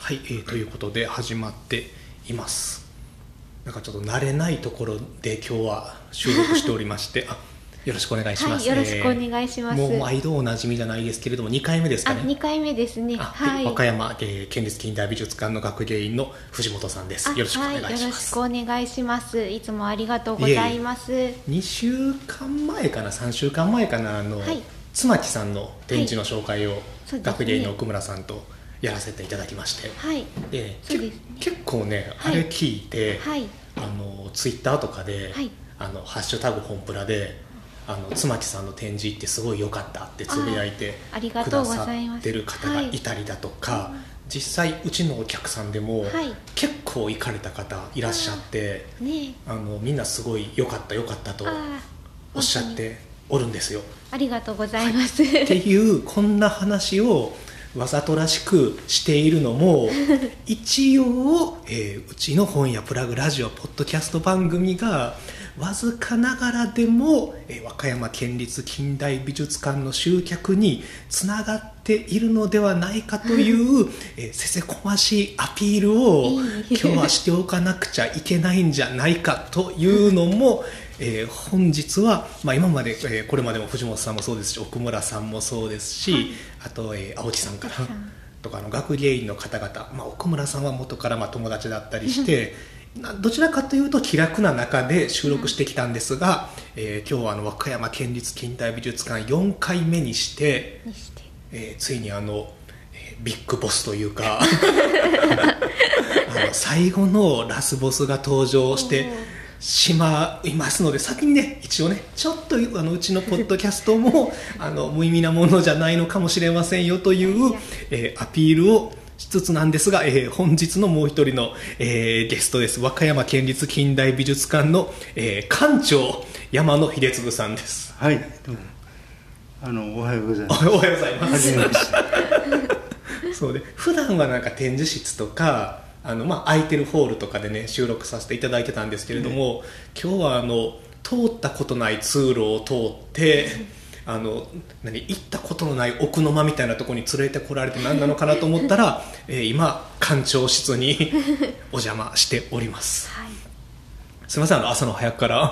はい、ということで始まっています。なんかちょっと慣れないところで今日は収録しておりましてよろしくお願いします。 はい、よろしくお願いします。 もう毎度おなじみじゃないですけれども2回目ですかね。 2回目ですね。 はい、和歌山、県立近代美術館の学芸員の藤本さんです。よろしくお願いします。 はい、よろしくお願いします。いつもありがとうございます。 2週間前かな3週間前かな妻木さんの展示の紹介を、学芸員の奥村さんとやらせていただきまして、で結構ね、あれ聞いて、ツイッターとかで、ハッシュタグ本プラで妻木さんの展示ってすごい良かったってつぶやいてくださってる方がいたりだとか、実際うちのお客さんでも結構行かれた方いらっしゃって、みんなすごい良かった良かったとおっしゃっておるんですよ。 ありがとうございます、 っていうこんな話をわざとらしくしているのも一応、うちの本屋プラグラジオポッドキャスト番組がわずかながらでも、和歌山県立近代美術館の集客につながっているのではないかという、せせこましいアピールを今日はしておかなくちゃいけないんじゃないかというのも本日は、今まで、これまでも藤本さんもそうですし奥村さんもそうですし、あと、青木さんからとか学芸員の方々、奥村さんは元から友達だったりしてどちらかというと気楽な中で収録してきたんですが、今日は和歌山県立近代美術館4回目にして、ついにビッグボスというか最後のラスボスが登場してしまいますので、先にね一応ねちょっとうちのポッドキャストも無意味なものじゃないのかもしれませんよという、アピールをしつつなんですが、本日のもう一人の、ゲストです。和歌山県立近代美術館の、館長山野秀次さんです。 はい、どうもおはようございます。 おはようございます。 はじめましてそうで普段はなんか展示室とか空いてるホールとかでね収録させていただいてたんですけれども、今日は通ったことない通路を通って行ったことのない奥の間みたいなところに連れてこられて何なのかなと思ったら、今館長室にお邪魔しております、すいません朝の早くから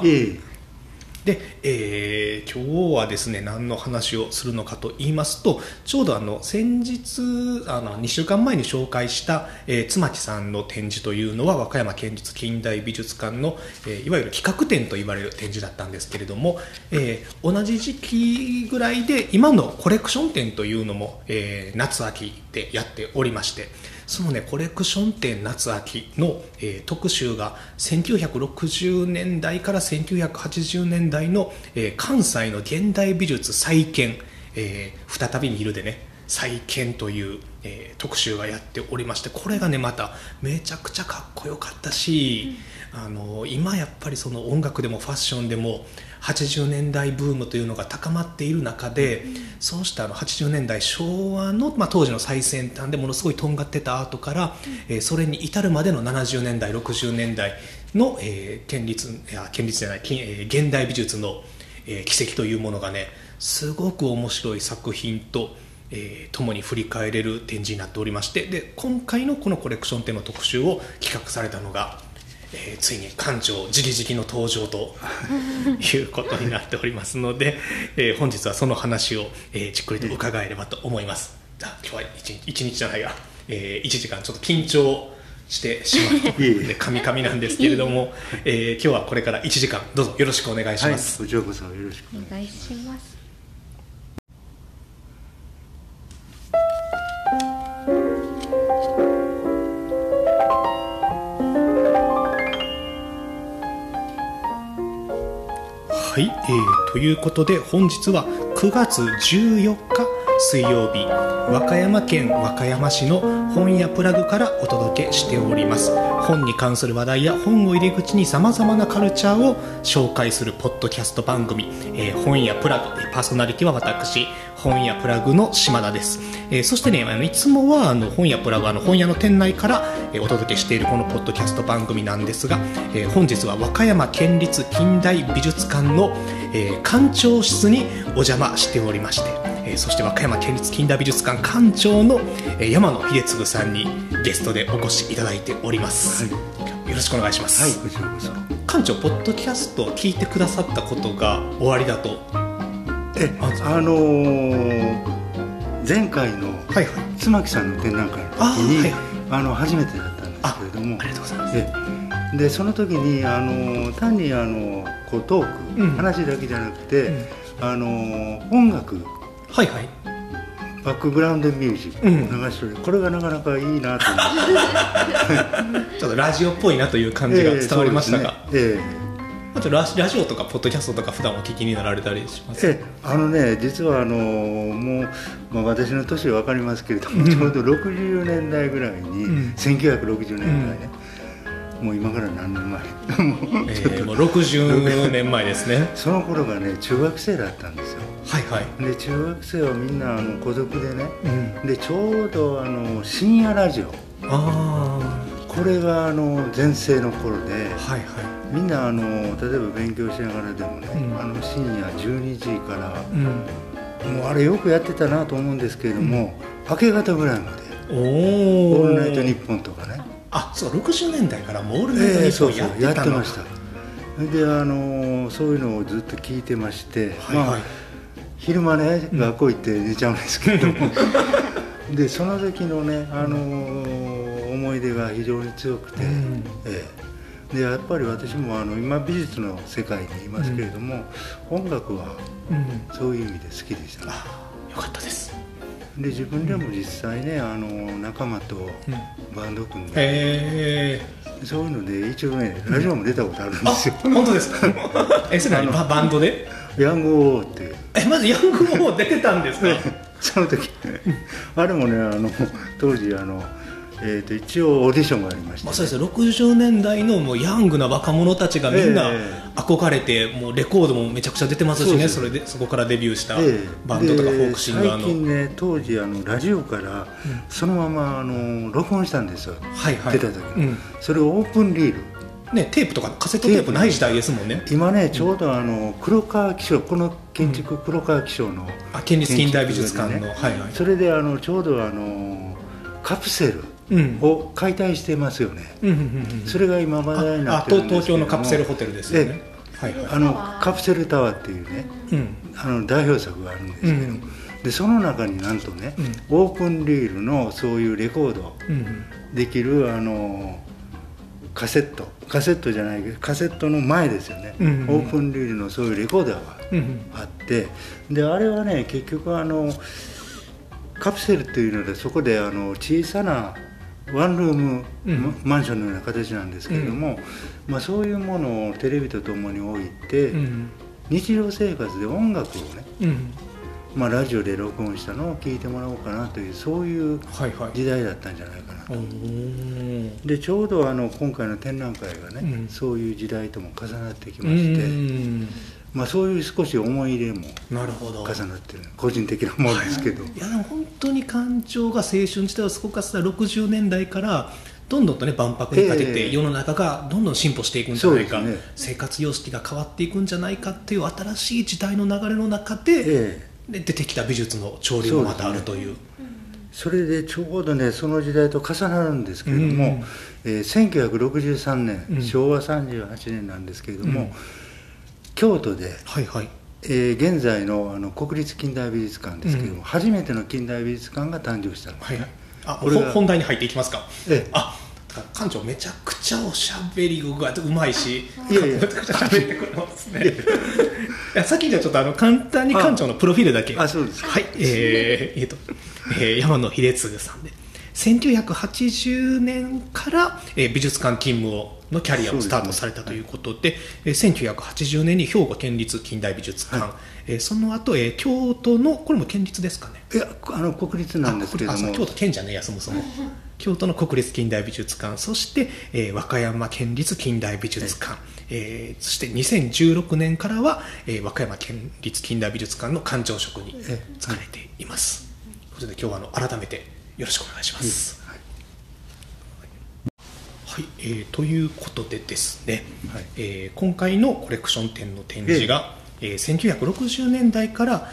で、今日はですね何の話をするのかと言いますと、ちょうど先日2週間前に紹介した、妻木さんの展示というのは和歌山県立近代美術館の、いわゆる企画展と言われる展示だったんですけれども、同じ時期ぐらいで今のコレクション展というのも、夏秋でやっておりまして、そのねコレクション展夏秋の、特集が1960年代から1980年代の、関西の現代美術再建、再び見るでね再建という、特集がやっておりまして、これがねまためちゃくちゃかっこよかったし、今やっぱりその音楽でもファッションでも80年代ブームというのが高まっている中で、そうした80年代昭和の、当時の最先端でものすごいとんがってたアートから、それに至るまでの70年代60年代の、現代美術の、軌跡というものがねすごく面白い作品と共に振り返れる展示になっておりまして、で今回のこのコレクション展の特集を企画されたのが、ついに館長直々の登場ということになっておりますので、本日はその話を、じっくりと伺えればと思います。じゃあ今日は一日じゃないや、1時間ちょっと緊張してしまうでカミカミなんですけれども、今日はこれから1時間どうぞよろしくお願いします。 こちらこそよろしくお願いします。 はい、ということで本日は9月14日水曜日、和歌山県和歌山市の本屋プラグからお届けしております。本に関する話題や本を入り口にさまざまなカルチャーを紹介するポッドキャスト番組、本屋プラグ、パーソナリティは私本屋プラグの島田です。そしてねいつもは本屋プラグ本屋の店内から、お届けしているこのポッドキャスト番組なんですが、本日は和歌山県立近代美術館の、館長室にお邪魔しておりまして、 そして和歌山県立近代美術館館長の、山野秀次さんにゲストでお越しいただいております、よろしくお願いします。 こちらこそ。 館長、ポッドキャストを聞いてくださったことがおありだと。 前回の妻木さんの展覧会の時に、初めてだったんですけれども、 ありがとうございます。 でその時に単にこうトーク、話だけじゃなくて、音楽、バックグラウンドミュージックを流してる、これがなかなかいいなと思ってちょっとラジオっぽいなという感じが伝わりましたが、あとラジオとかポッドキャストとか普段お聞きになられたりします？ 実はもう、私の年は分かりますけれども、ちょうど60年代ぐらいに、1960年代ね、もう今から何年前もう60年前ですねその頃がね、中学生だったんですよ。で中学生はみんな孤独でね、でちょうど深夜ラジオ、これが全盛の頃で、みんな例えば勉強しながらでもね、深夜12時から、もうあれよくやってたなと思うんですけれども、明け方ぐらいまでオールナイトニッポンとかね。 そう、60年代からもオールナイトニッポンやってたの。 ました。でそういうのをずっと聞いてまして、昼間ね、学校行って寝ちゃうんですけれどもでその時のね、思い出が非常に強くて、でやっぱり私も今美術の世界にいますけれども、音楽はそういう意味で好きでしたね。 よかったです。 で自分でも実際ね、仲間とバンド組んで、そういうので一応ね、ラジオも出たことあるんですよ。 本当ですか？それバンドでヤングオーっていう、 まずヤングオー出てたんですか？ その時あれもね、当時一応オーディションがありました、 そうです。60年代のもうヤングな若者たちがみんな憧れて、もうレコードもめちゃくちゃ出てますしね。それでそこからデビューしたバンドとかフォークシンガーの、 最近ね、当時ラジオからそのまま録音したんですよ、出た時に、それをオープンリールね、テープとかカセットテープない時代ですもんね。 今ね、ちょうど黒川紀章、この建築、黒川紀章の県立近代美術館の、 それでちょうどカプセルを解体してますよね。それが今話題になってるんですけども、 東京のカプセルホテルですよね。 カプセルタワーっていうね、代表作があるんですけど、でその中になんとね、オープンリールのそういうレコードできるカセットじゃないけど、カセットの前ですよね、オープンリールのそういうレコーダーがあって、であれはね、結局カプセルっていうので、そこで小さなワンルーム、マンションのような形なんですけれども、そういうものをテレビとともに置いて、日常生活で音楽をね、ラジオで録音したのを聞いてもらおうかなという、そういう時代だったんじゃないかなと。でちょうど今回の展覧会がね、そういう時代とも重なってきまして、そういう少し思い入れも重なってる、個人的なものですけど、 いやでも本当に館長が青春時代を過ごかせた60年代からどんどんとね、万博にかけて世の中がどんどん進歩していくんじゃないか、生活様式が変わっていくんじゃないかっていう新しい時代の流れの中で、出てきた美術の潮流もまたあるという。 それでちょうどね、その時代と重なるんですけれども、1963年、昭和38年なんですけれども、京都で、現在の国立近代美術館ですけれども、初めての近代美術館が誕生したんですね。 本題に入っていきますか。館長めちゃくちゃおしゃべりがうまいし、めちゃくちゃ喋ってくれますね。先にじゃあちょっと簡単に館長のプロフィールだけ。 そうです。 山野秀次さんで、1980年から、美術館勤務のキャリアをスタートされたということで、1980年に兵庫県立近代美術館、その後、京都の、これも県立ですかね。 いや、国立なんですけれども、 京都県じゃねえや、そもそも京都の国立近代美術館、そして、和歌山県立近代美術館、そして2016年からは、和歌山県立近代美術館の館長職に就かれています。ということで今日は改めてよろしくお願いします。ということでですね、今回のコレクション展の展示が、 1960年代から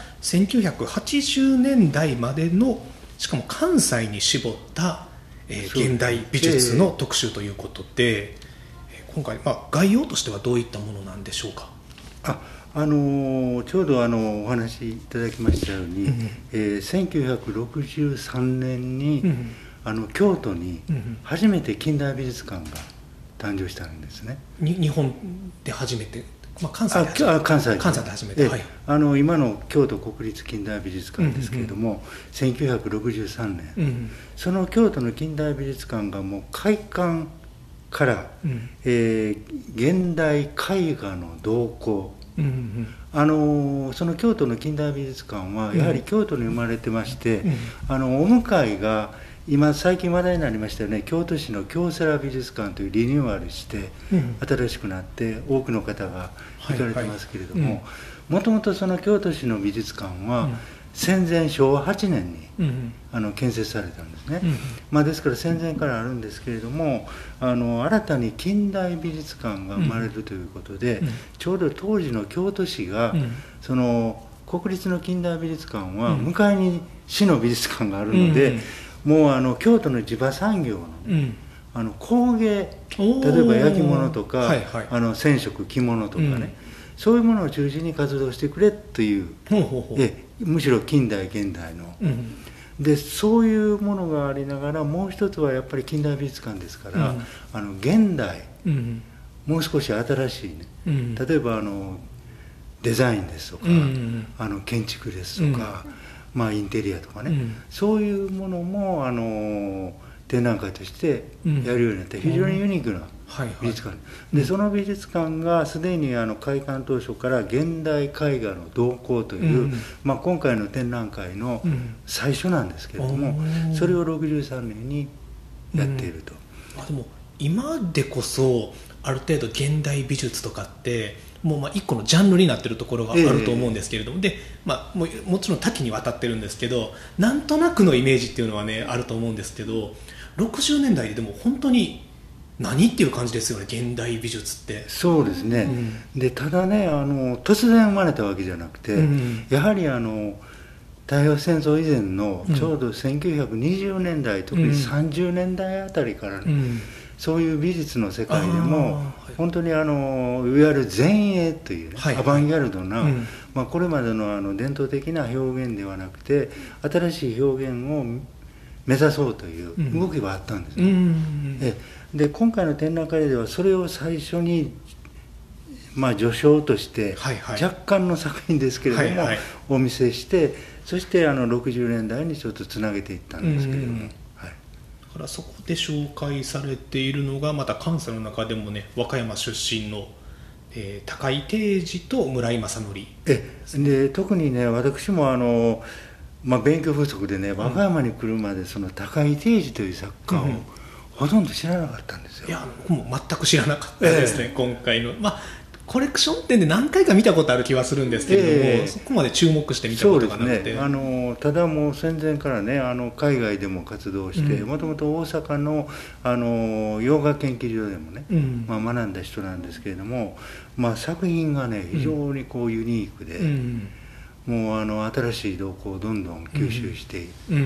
1980年代までの、しかも関西に絞った、現代美術の特集ということで、今回、概要としてはどういったものなんでしょうか。 ちょうどお話しいただきましたように、1963年に、京都に初めて近代美術館が誕生したんですね。 日本で初めて、関西で初めて、はい、 今の京都国立近代美術館ですけれども、1963年、その京都の近代美術館がもう開館から、現代絵画の動向、その京都の近代美術館はやはり京都に生まれてまして、お向かいが今最近話題になりましたよね、京都市の京セラ美術館というリニューアルして、新しくなって多くの方が行かれてますけれども、もともとその京都市の美術館は、戦前昭和8年に、建設されたんですね。ですから戦前からあるんですけれども、新たに近代美術館が生まれるということで、ちょうど当時の京都市が、その国立の近代美術館は向かいに市の美術館があるので、もう京都の地場産業の、工芸、例えば焼き物とか、染色着物とかね、そういうものを中心に活動してくれという、むしろ近代現代の、でそういうものがありながら、もう一つはやっぱり近代美術館ですから、現代、もう少し新しいね、例えばデザインですとか、建築ですとか、インテリアとかね、そういうものも展覧会としてやるようになって、非常にユニークな美術館で、その美術館がすでに開館当初から現代絵画の動向という、今回の展覧会の最初なんですけれども、それを63年にやっていると。 でも今でこそある程度現代美術とかってもう一個のジャンルになっているところがあると思うんですけれども、で、もちろん多岐にわたってるんですけど、なんとなくのイメージっていうのはねあると思うんですけど、60年代ででも本当に何っていう感じですよね、現代美術って。 そうですね、でただね、突然生まれたわけじゃなくて、やはり太平洋戦争以前のちょうど1920年代、特に30年代あたりからね、そういう美術の世界でも本当にいわゆる前衛という、アバンギャルドな、これまでの伝統的な表現ではなくて、新しい表現を目指そうという動きがあったんですね。で今回の展覧会ではそれを最初に序章として若干の作品ですけれどもお見せして、そして60年代にちょっとつなげていったんですけれども、 だからそこで紹介されているのが、また関西の中でもね、和歌山出身の、高井定治と村井正則で、特にね、私も勉強不足でね、和歌山に来るまでその高井定治という作家をほとんど知らなかったんですよ。 いや、僕も全く知らなかったですね、今回の。コレクション展で何回か見たことある気はするんですけれども、そこまで注目して見たことがなくて。 そうですね、ただもう戦前からね、海外でも活動して、もともと大阪の、洋画研究所でもね、学んだ人なんですけれども、作品がね非常にこうユニークで、もう新しい動向をどんどん吸収していって、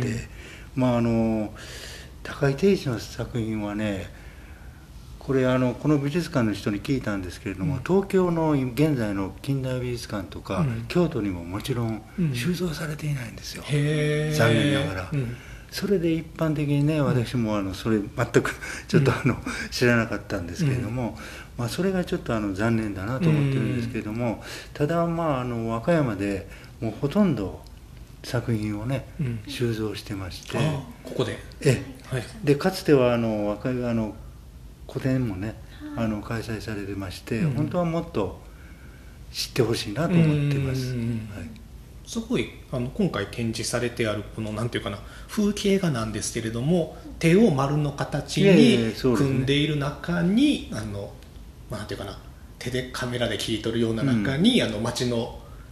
高井定治の作品はね、これこの美術館の人に聞いたんですけれども、東京の現在の近代美術館とか、京都にももちろん収蔵されていないんですよ、残念ながら。それで一般的にね、私もそれ全くちょっと知らなかったんですけれども、それがちょっと残念だなと思ってるんですけれども、ただ和歌山でもうほとんど作品をね、収蔵してまして、 ここででかつては個展もね開催されてまして、本当はもっと知ってほしいなと思っています。 すごい今回展示されてあるこのなんていうかな、風景画なんですけれども、手を丸の形に組んでいる中に、なんていうかな、手でカメラで切り取るような中に、街の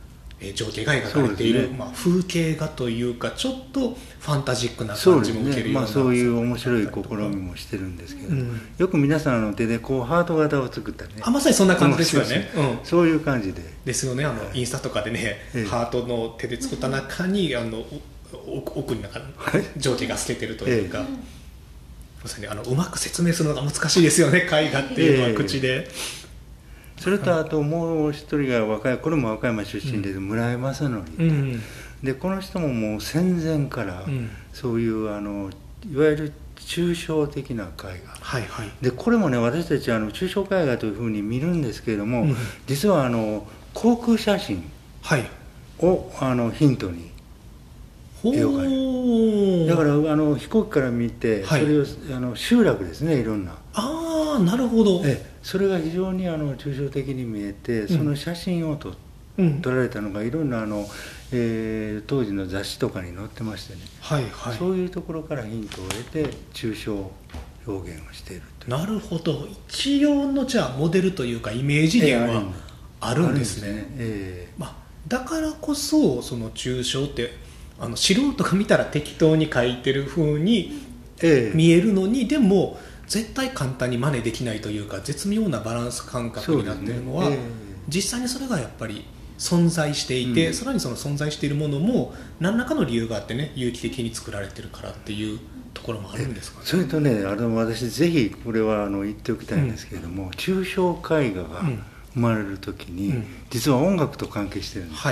情景が描かれている、 ね、 風景画というかちょっとファンタジックな感じも受けるような、 そういう面白い試みもしてるんですけど、よく皆さんの手でこうハート型を作ったね、 まさにそんな感じですよね。 そういう感じでですよね。インスタとかでね、ハートの手で作った中に奥に情景が透けてるというか、まさにうまく説明するのが難しいですよね、絵画っていうのは口で。 それとあともう一人がこれも和歌山出身で、村井正則、でこの人ももう戦前から、そういういわゆる抽象的な絵画、でこれもね、私たち抽象絵画というふうに見るんですけれども、実は航空写真をヒントに絵を描いて、だから飛行機から見て、それを集落ですね、いろんな。 なるほど。 それが非常に抽象的に見えて、その写真を撮られたのがいろんな当時の雑誌とかに載ってましてね、そういうところからヒントを得て抽象表現をしているという。なるほど。一応のじゃあモデルというかイメージ源はあるんですね。だからこそその抽象って素人が見たら適当に描いてる風に見えるのに、でも絶対簡単に真似できないというか絶妙なバランス感覚になっているのは、実際にそれがやっぱり存在していて、さらにその存在しているものも何らかの理由があってね、有機的に作られてるからっていうところもあるんですかね。 それとね、私ぜひこれは言っておきたいんですけれども、抽象絵画が生まれる時に、実は音楽と関係してるんです。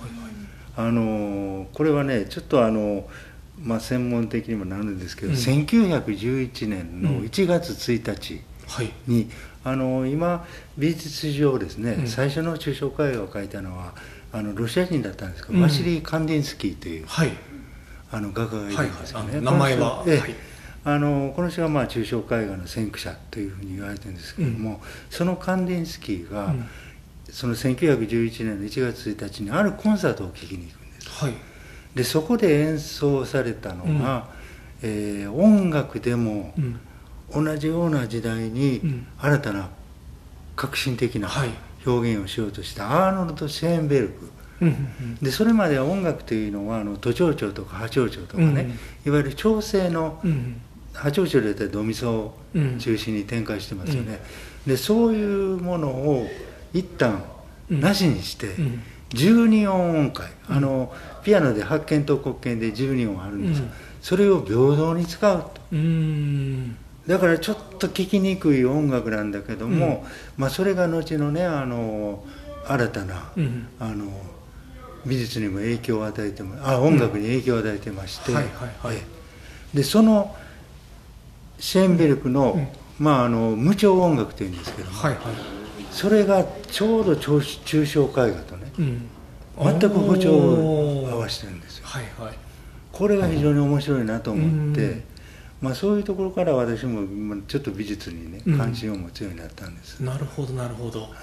これはねちょっと専門的にもなるんですけど、1911年の1月1日に、今美術上ですね、最初の抽象絵画を描いたのはロシア人だったんですけど、ワシリー・カンディンスキーという、画家がいるんですよね。 名前はこの人が抽象絵画の先駆者というふうに言われてるんですけども、そのカンディンスキーが、その1911年の1月1日にあるコンサートを聴きに行くんです。でそこで演奏されたのが、音楽でも同じような時代に新たな革新的な表現をしようとしたアーノルド・シェーンベルクで、それまでは音楽というのは都庁長とか波長長とかね、いわゆる調整の波長長だったらドミソを中心に展開してますよね。でそういうものを一旦なしにして、12音音階、ピアノで8鍵と黒鍵で12音あるんです、それを平等に使うと。だからちょっと聴きにくい音楽なんだけども、それが後のね新たな、美術にも影響を与えて音楽に影響を与えてまして、でそのシェーンベルクの、無調音楽というんですけども、それがちょうど抽象絵画とね、全く歩調を合わせてるんですよ。これが非常に面白いなと思って、そういうところから私もちょっと美術にね関心を持つようになったんです。 なるほどなるほど。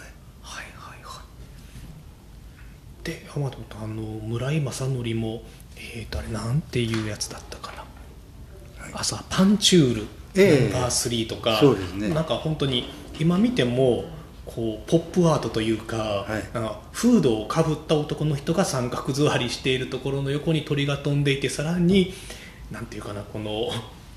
で村井正則もあれなんていうやつだったかな、パンチュールナンバー3とか、なんか本当に今見てもこうポップアートというか、フードをかぶった男の人が三角座りしているところの横に鳥が飛んでいて、さらになんていうかな、この、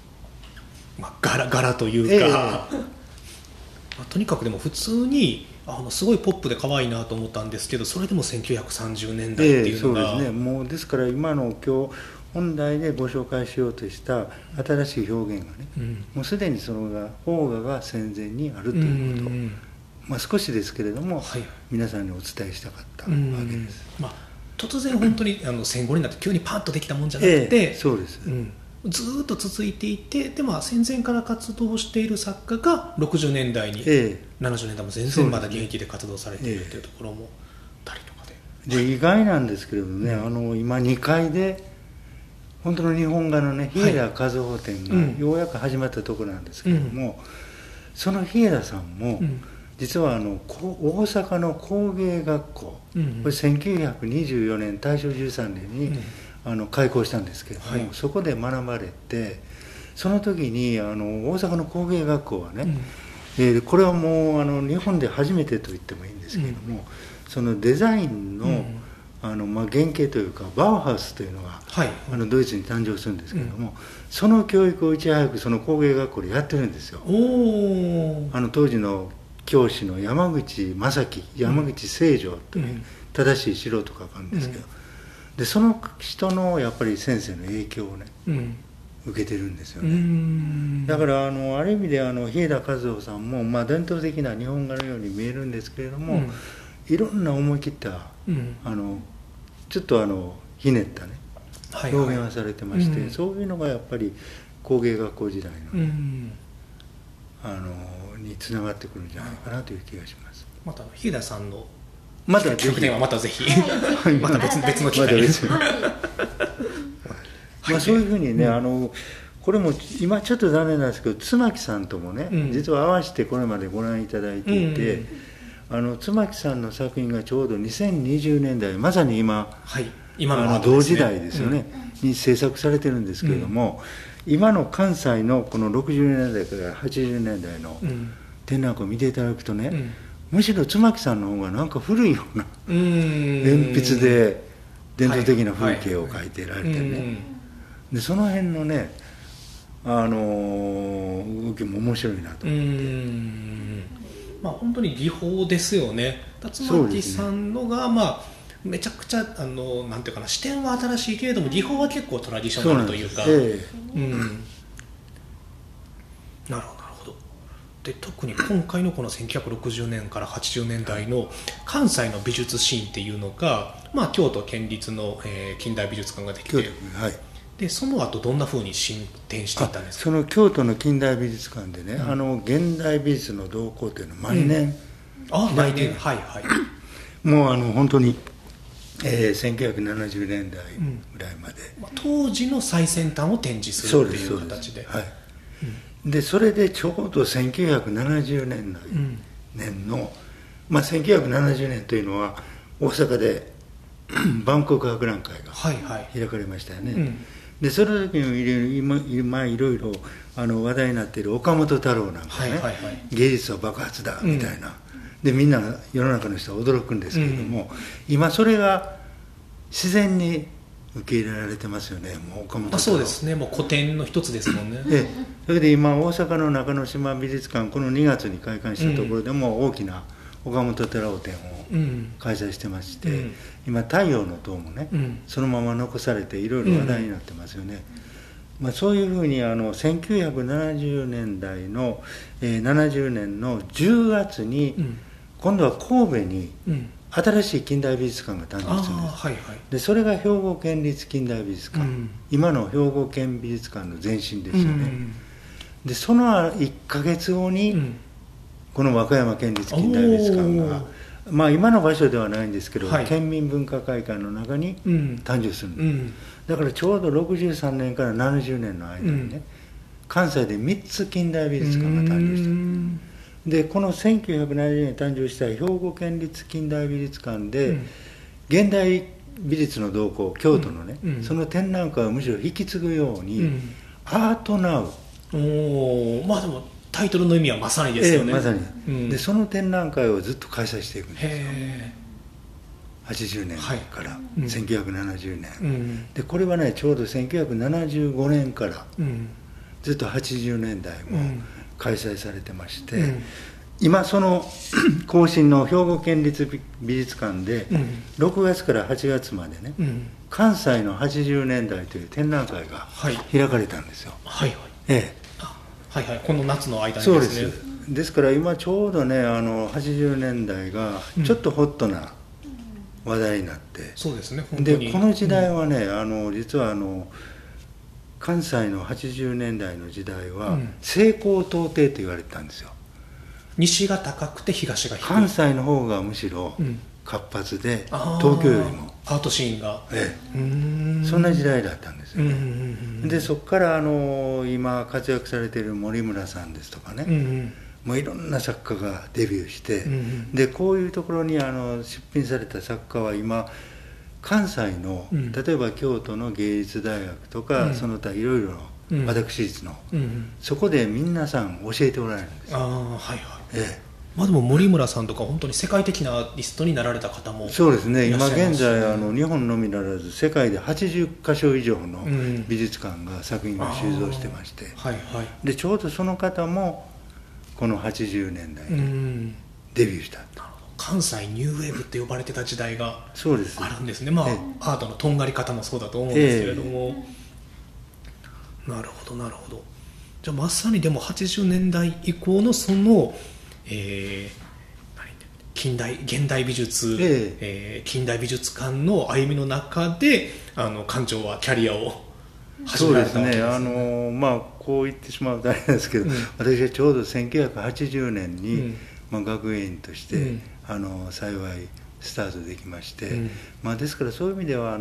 柄というか、とにかくでも普通にすごいポップで可愛いなと思ったんですけど、それでも1930年代っていうのが、 そうですね。もうですから今の今日本題でご紹介しようとした新しい表現がね、もうすでにその邦画が戦前にあるということ、少しですけれども、皆さんにお伝えしたかったわけです。 突然本当に戦後になって急にパンとできたもんじゃなくて、 そうです、 ずっと続いていて、で戦前から活動している作家が60年代に、70年代も全然まだ現役で活動されているというところもあったりとかで、意外なんですけれどもね、今2階で本当の日本画のね、日枝和夫展がようやく始まったところなんですけれども、その日枝さんも、実は大阪の工芸学校、これ1924年大正13年に、開校したんですけれども、そこで学ばれて、その時に大阪の工芸学校はね、これはもう日本で初めてと言ってもいいんですけれども、そのデザインの原型というかバウハウスというのが、 はい、 ドイツに誕生するんですけれども、その教育をいち早くその工芸学校でやってるんですよ。当時の教師の山口正樹、山口清丈という、正しい素人と書くんですけど、でその人のやっぱり先生の影響をね、受けてるんですよね。だからある意味で日枝和夫さんも、伝統的な日本画のように見えるんですけれども、いろんな思い切った、ちょっとひねったね、表現はされてまして、そういうのがやっぱり工芸学校時代の、につながってくるんじゃないかなという気がします。 また日枝さんの曲展はまたぜひまた別の機会にそういうふうにね、これも今ちょっと残念なんですけど、妻木さんともね、実は合わせてこれまでご覧いただいていて、妻木さんの作品がちょうど2020年代、まさに今の同時代ですよね、に制作されてるんですけれども、今の関西のこの60年代から80年代の展覧会を見ていただくとね、むしろ妻木さんの方がなんか古いような鉛筆で伝統的な風景を描いてられてね、でその辺のね動きも面白いなと思って、 本当に技法ですよね。妻木さんのがめちゃくちゃなんていうかな、視点は新しいけれども技法は結構トラディショナルというか、なるほど。で特に今回のこの1960年から80年代の関西の美術シーンっていうのが、京都県立の、近代美術館ができて、でその後どんなふうに進展していったんですか？ その京都の近代美術館でね、現代美術の動向というのは毎年、 毎年、 もう本当に、1970年代ぐらいまで、 当時の最先端を展示するっていう形で。 でそれでちょうど1970年の、1970年というのは大阪で万国博覧会が開かれましたよね。でその時に今いろいろ話題になっている岡本太郎なんかね、芸術は爆発だみたいな、でみんな世の中の人は驚くんですけれども、今それが自然に受け入れられてますよね。もう岡本太郎、 そうですね、もう古典の一つですもんね。 それで今大阪の中之島美術館、この2月に開館したところでも大きな岡本太郎展を開催してまして、今太陽の塔もね、そのまま残されていろいろ話題になってますよね。そういうふうに1970年代の、70年の10月に、今度は神戸に新しい近代美術館が誕生するんです。でそれが兵庫県立近代美術館、今の兵庫県美術館の前身ですよね。でその1ヶ月後に、この和歌山県立近代美術館が、今の場所ではないんですけど、県民文化会館の中に誕生するんです。だからちょうど63年から70年の間にね、関西で3つ近代美術館が誕生した。でこの1970年に誕生した兵庫県立近代美術館で、現代美術の動向、京都のね、その展覧会をむしろ引き継ぐように、アートナウ、 でもタイトルの意味はまさにですよね。 まさに、でその展覧会をずっと開催していくんですよ。80年から、1970年、でこれはねちょうど1975年から、ずっと80年代も開催されてまして、今その後進の兵庫県立美術館で、6月から8月までね、関西の80年代という展覧会が開かれたんですよ。 この夏の間にですね。 そうです。ですから今ちょうどね80年代がちょっとホットな話題になって、 そうですね。 でこの時代はね、実は関西の80年代の時代は西高東低と言われてたんですよ。 西が高くて東が低い。 関西の方がむしろ活発で、東京よりもアートシーンが、 そんな時代だったんですよね。でそこから今活躍されている森村さんですとかね、もういろんな作家がデビューして、でこういうところに出品された作家は今関西の、例えば京都の芸術大学とか、その他いろいろの私立の、そこで皆さん教えておられるんですよ。 まあ、でも森村さんとか本当に世界的なアーティストになられた方もそうですね、今現在日本のみならず世界で80カ所以上の美術館が作品を収蔵してまして、 はいはい、 でちょうどその方もこの80年代にデビューした。 関西ニューウェーブって呼ばれてた時代があそうでするんですね。まあ、アートのとんがり方もそうだと思うんですけれども、なるほどなるほど。じゃあまさにでも80年代以降のその、現代美術、近代美術館の歩みの中で館長はキャリアを始められたわけですね。 そうですね、まあこう言ってしまうとあれなんですけど、私はちょうど1980年に、学芸員として、幸いスタートできまして、ですからそういう意味では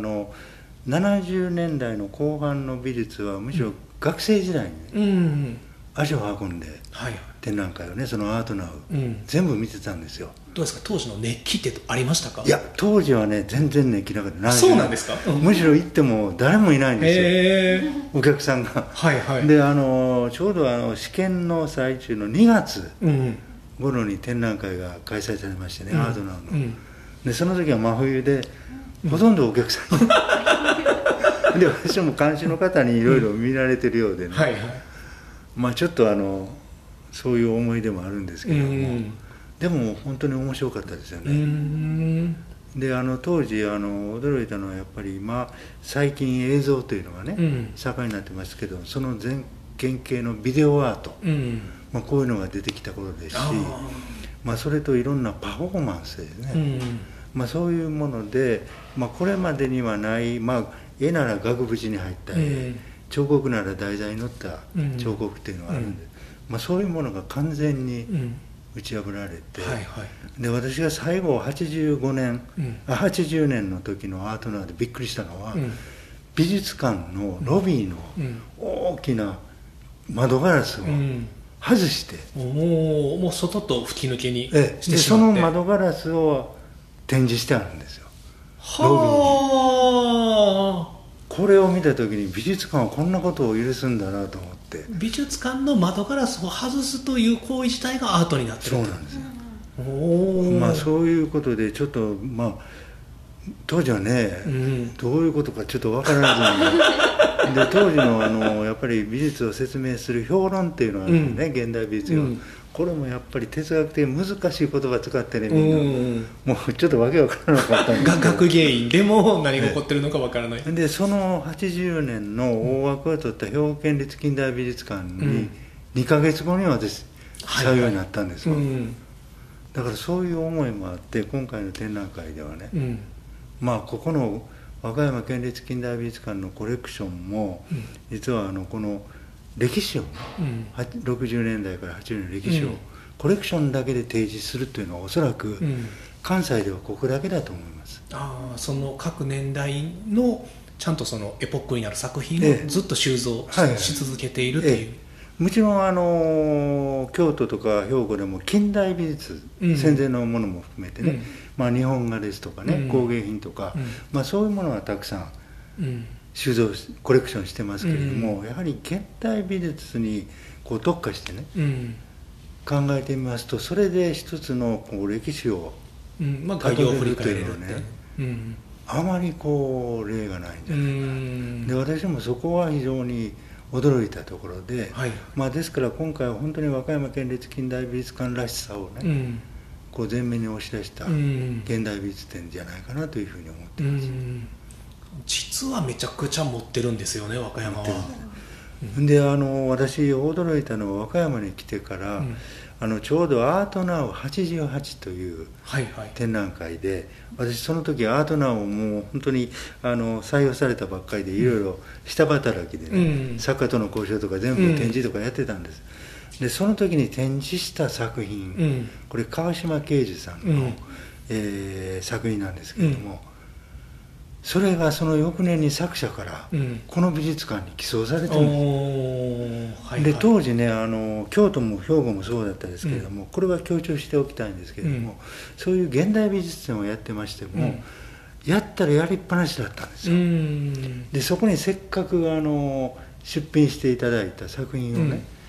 70年代の後半の美術はむしろ学生時代に、足を運んで、展覧会をね、そのアートナウ、全部見てたんですよ。 どうですか、当時の熱気ってありましたか？ いや、当時はね、全然熱気なかった。 そうなんですか？ むしろ行っても誰もいないんですよ、お客さんが。でちょうど試験の最中の2月頃に展覧会が開催されましてね、アートナウの。でその時は真冬でほとんどお客さんで、私も監視の方にいろいろ見られてるようでね、ちょっとそういう思い出もあるんですけども、でも本当に面白かったですよね。で当時驚いたのはやっぱり最近映像というのがね、盛んになってますけど、その原型のビデオアート、こういうのが出てきた頃ですし、それといろんなパフォーマンスですね、そういうもので、これまでにはない、絵なら額縁に入った絵、彫刻なら台座に乗った彫刻っていうのがあるんで、そういうものが完全に打ち破られて、で私が最後80年の時のアートナウでびっくりしたのは、美術館のロビーの大きな窓ガラスを外して、 もう外と吹き抜けにしてしまって、 その窓ガラスを展示してあるんですよ、ロビーに。これを見た時に美術館はこんなことを許すんだなと思って、 美術館の窓ガラスを外すという行為自体がアートになってる。 そうなんですよ。そういうことでちょっと当時はね、どういうことかちょっと分からずにで当時のやっぱり美術を説明する評論っていうのはね、現代美術用、これもやっぱり哲学的に難しい言葉使ってね、みんなもうちょっとわけわからなかったんですけど、 学芸員でも何が起こってるのかわからない。 でその80年の大枠を取った兵庫県立近代美術館に2ヶ月後に私採用になったんですよ。だからそういう思いもあって、今回の展覧会ではね、ここの和歌山県立近代美術館のコレクションも、実はこの歴史を、60年代から80年の歴史を、コレクションだけで提示するというのはおそらく、関西ではここだけだと思います。 その各年代のちゃんとそのエポックになる作品をずっと収蔵し続けているという。 もちろん京都とか兵庫でも近代美術、戦前のものも含めてね、日本画ですとかね、工芸品とか、そういうものはたくさん収蔵コレクションしてますけれども、やはり現代美術に特化してね、考えてみますと、それで一つの歴史を概要を振り返れるね、あまり例がないんじゃないかな。で私もそこは非常に驚いたところで、ですから今回は本当に和歌山県立近代美術館らしさをね、前面に押し出した現代美術展じゃないかなというふうに思ってます。 実はめちゃくちゃ持ってるんですよね、和歌山は。 で私驚いたのは和歌山に来てから、ちょうどアートナウ88という展覧会で、私その時アートナウをもう本当に採用されたばっかりで、いろいろ下働きでね、作家との交渉とか全部展示とかやってたんです。でその時に展示した作品、これ川島慶二さんの、作品なんですけれども、それがその翌年に作者からこの美術館に寄贈されてるんです。で当時ね京都も兵庫もそうだったですけれども、これは強調しておきたいんですけれども、そういう現代美術展をやってましても、やったらやりっぱなしだったんですよ。でそこにせっかく出品していただいた作品をね、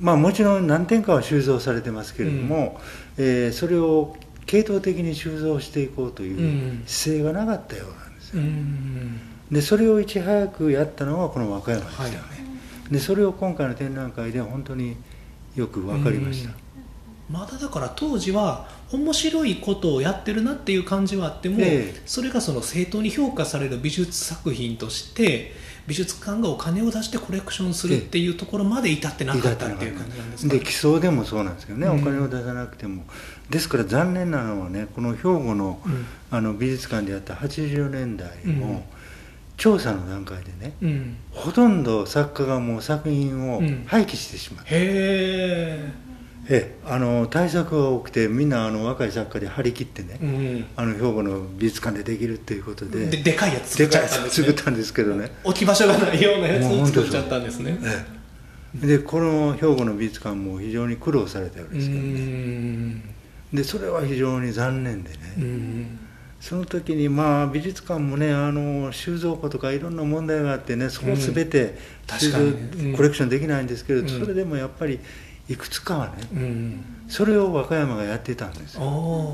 もちろん何点かは収蔵されてますけれども、それを系統的に収蔵していこうという姿勢がなかったようなんですよ。でそれをいち早くやったのがこの和歌山でしたよね。でそれを今回の展覧会で本当によく分かりました。 まだだから当時は面白いことをやってるなっていう感じはあっても、それがその正当に評価される美術作品として美術館がお金を出してコレクションするっていうところまで至ってなかったっていう感じなんですか。 で基礎でもそうなんですけどね、お金を出さなくても。ですから残念なのはね、この兵庫の、美術館でやった80年代も、調査の段階でね、ほとんど作家がもう作品を廃棄してしまった。対策が多くてみんな若い作家で張り切ってね、兵庫の美術館でできるっていうことででかいやつ作っちゃったんですね。 作ったんですけどね、 置き場所がないようなやつを作っちゃったんですね。 でこの兵庫の美術館も非常に苦労されたようですけどね。でそれは非常に残念でね、その時に美術館もね収蔵庫とかいろんな問題があってね、そこ全て収蔵コレクションできないんですけど、それでもやっぱりいくつかはね、それを和歌山がやってたんですよ。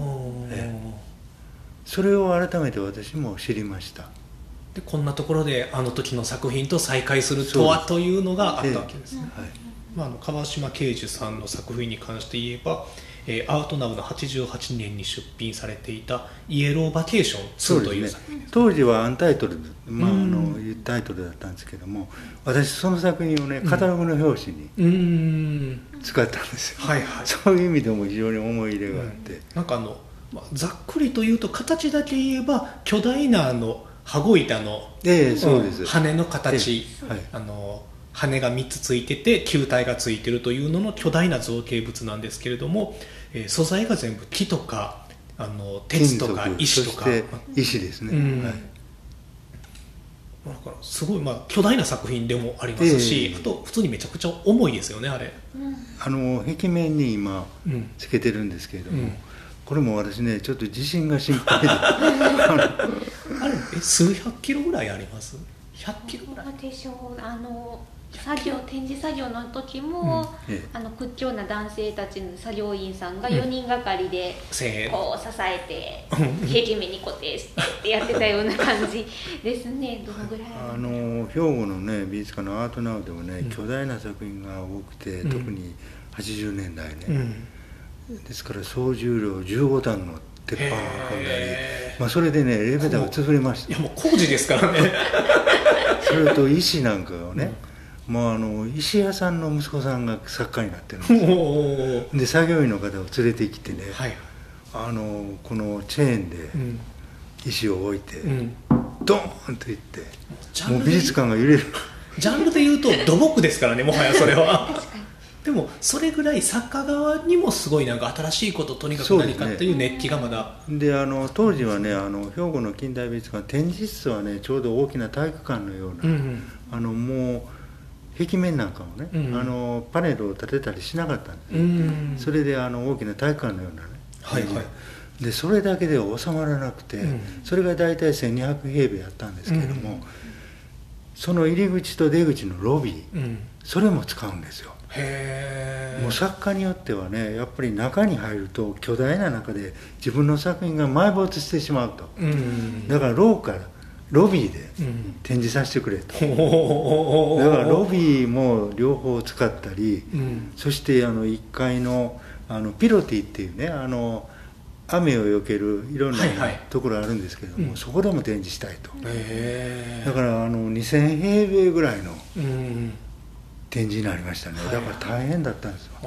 それを改めて私も知りました。 でこんなところであの時の作品と再会するとはというのがあったわけですね。川島慶樹さんの作品に関して言えば、アウトナウの88年に出品されていたイエローバケーション2という作品です。 当時はアンタイトル、タイトルだったんですけども、私その作品をねカタログの表紙に使ったんですよ。そういう意味でも非常に思い入れがあって、 なんかざっくりと言うと形だけ言えば巨大な羽子板の羽の形、羽が3つついてて球体がついてるというのの巨大な造形物なんですけれども、素材が全部木とか鉄とか石とか、 そして石ですね。 だからすごい巨大な作品でもありますし、あと普通にめちゃくちゃ重いですよね、あれ。 壁面に今つけてるんですけれども、これも私ねちょっと自信が心配であれ数百キロぐらいあります？100キロぐらいでしょう。展示作業の時も、屈強な男性たちの作業員さんが4人がかりでこう支えて壁面に固定してってやってたような感じですね。どのぐらい兵庫のね美術館のアートナウでもね、巨大な作品が多くて、特に80年代ね、ですから総重量15トンの鉄板を運んだり、それでねエレベーターが潰れました。 いやもう工事ですからね。 それと石なんかをね、石屋さんの息子さんが作家になってるんですよ。で作業員の方を連れてきてね、このチェーンで石を置いて、ドーンといって、もう美術館が揺れる。 ジャンルでいうと土木ですからね、もはやそれは。でもそれぐらい作家側にもすごいなんか新しいこととにかく何かっていう熱気がまだで、当時はね兵庫の近代美術館展示室はねちょうど大きな体育館のような、もう壁面なんかもね、パネルを立てたりしなかったんです、それで大きな体育館のようなね、でそれだけでは収まらなくて、それが大体1200平米やったんですけれども、その入り口と出口のロビー、それも使うんですよ。もう作家によってはねやっぱり中に入ると巨大な中で自分の作品が埋没してしまうと、だからロビーで展示させてくれと、だからロビーも両方使ったり、そして1階のピロティっていうね雨を避けるいろんなところあるんですけども、そこでも展示したいと、だから2000平米ぐらいの展示になりましたね。だから大変だったんですよ。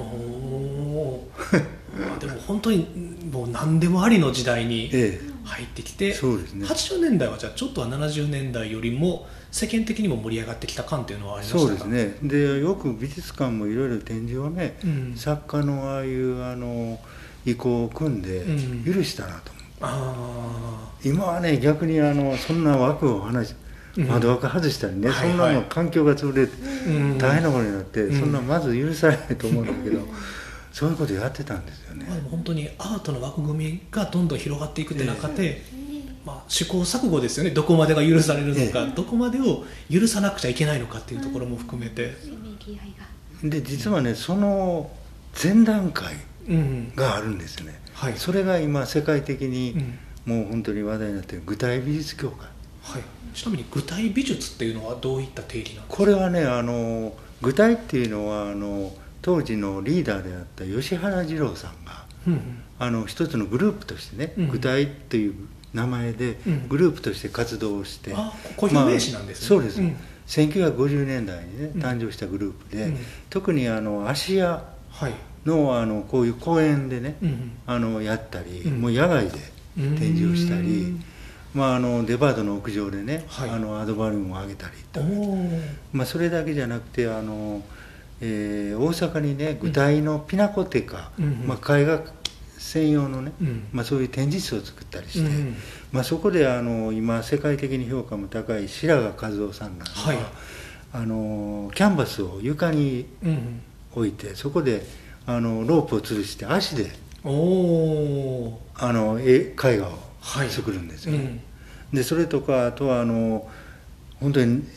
でも本当にもう何でもありの時代に入ってきて、 そうですね、 80年代はじゃあちょっとは70年代よりも世間的にも盛り上がってきた感っていうのはありましたか？ そうですね。でよく美術館もいろいろ展示をね、作家のああいう意向を組んで許したなと思う。今はね逆にそんな枠を窓枠外したりね、そんなの環境が潰れて大変なことになって、そんなまず許されないと思うんだけど、そういうことやってたんですよね。 本当にアートの枠組みがどんどん広がっていくって中で、試行錯誤ですよね。どこまでが許されるのか、どこまでを許さなくちゃいけないのかっていうところも含めて、 で実はねその前段階があるんですよね、はい、それが今世界的にもう本当に話題になっている具体美術協会、 はい、ちなみに具体美術っていうのはどういった定義なんですか？ これはね具体っていうのは当時のリーダーであった吉原二郎さんが、一つのグループとしてね、具体という名前でグループとして活動をして、 固有名詞なんですね、 そうです、1950年代にね誕生したグループで、特に芦屋の、こういう公園でね、やったり、もう野外で展示をしたり、デパートの屋上でね、アドバルーンを上げたりと、それだけじゃなくて大阪にね具体のピナコテカ、絵画専用のね、そういう展示室を作ったりして、そこで今世界的に評価も高い白髪和夫さんなんかは、キャンバスを床に置いて、そこでロープを吊るして足で絵画を作るんですよ、でそれとかあとは本当に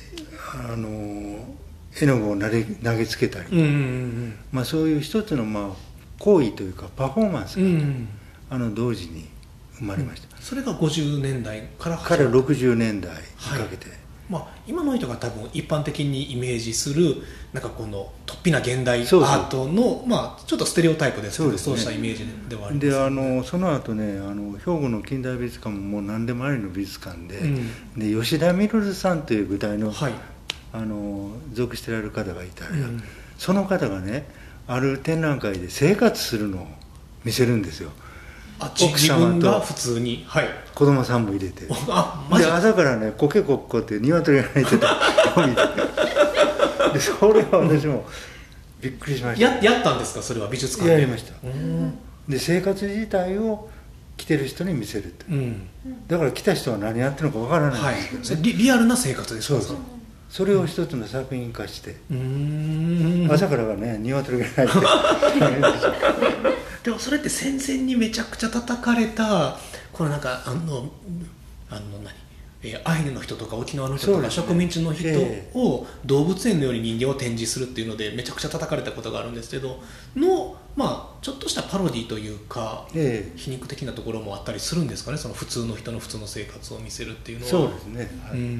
絵の具を投げつけたり、そういう一つの行為というかパフォーマンスが、同時に生まれました、 それが50年代から 60年代にかけて、 今の人が多分一般的にイメージするなんかこの突飛な現代アートのちょっとステレオタイプですけど、そうしたイメージではありますよね。 でその後ね兵庫の近代美術館ももう何でもありの美術館で、で吉田稔さんという具体の、属してられる方がいたら、その方がねある展覧会で生活するのを見せるんですよ。 奥様と普通に子供さんも入れて、で朝からねコケコッコって鶏が鳴いてたのを見てでそれは私もびっくりしました。 やったんですか？それは美術館でやりました。で生活自体を来てる人に見せるって、だから来た人は何やってるのかわからないんですけど、 リアルな生活ですか？ それを一つの作品化して、朝からがね鶏が鳴いてでもそれって戦前にめちゃくちゃ叩かれたこれなんかアイヌの人とか沖縄の人とか植民地の人を動物園のように人間を展示するっていうのでめちゃくちゃ叩かれたことがあるんですけどちょっとしたパロディというか、皮肉的なところもあったりするんですかね、その普通の人の普通の生活を見せるっていうのは。 そうですね、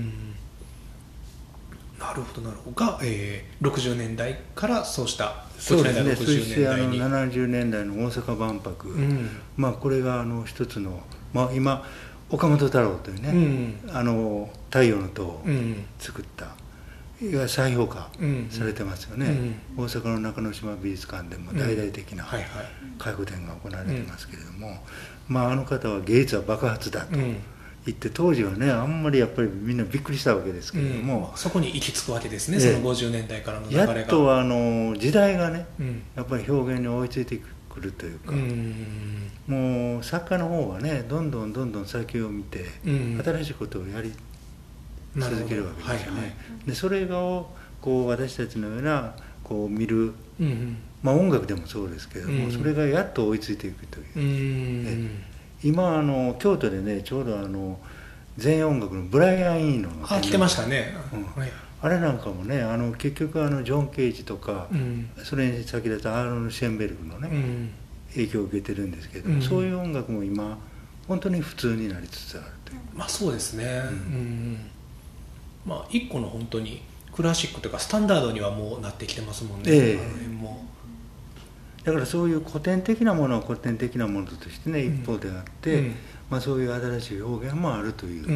なるほどなるほどが、60年代からそうしたそうですね、そして70年代の大阪万博、これが一つの、今岡本太郎というね、太陽の塔を作った、再評価されてますよね、大阪の中之島美術館でも大々的な回顧展が行われてますけれども、あの方は芸術は爆発だと言って、当時はねあんまりやっぱりみんなびっくりしたわけですけれども、 そこに行き着くわけですね、その50年代からの流れが。 やっと時代がね、やっぱり表現に追いついてくるというか、もう作家の方はねどんどん先を見て、新しいことをやり続けるわけですよね。でそれをこう私たちのようなこう見る、音楽でもそうですけれども、それがやっと追いついていくという、今京都でねちょうど前衛音楽のブライアン・イーノの来てましたね、 あれなんかもね結局ジョン・ケージとか、それに先立ったアーロン・シェンベルグのね、影響を受けてるんですけど、そういう音楽も今本当に普通になりつつあるという。 そうですね、一個の本当にクラシックというかスタンダードにはもうなってきてますもんね、 だからそういう古典的なものは古典的なものとしてね、一方であって、そういう新しい表現もあるという、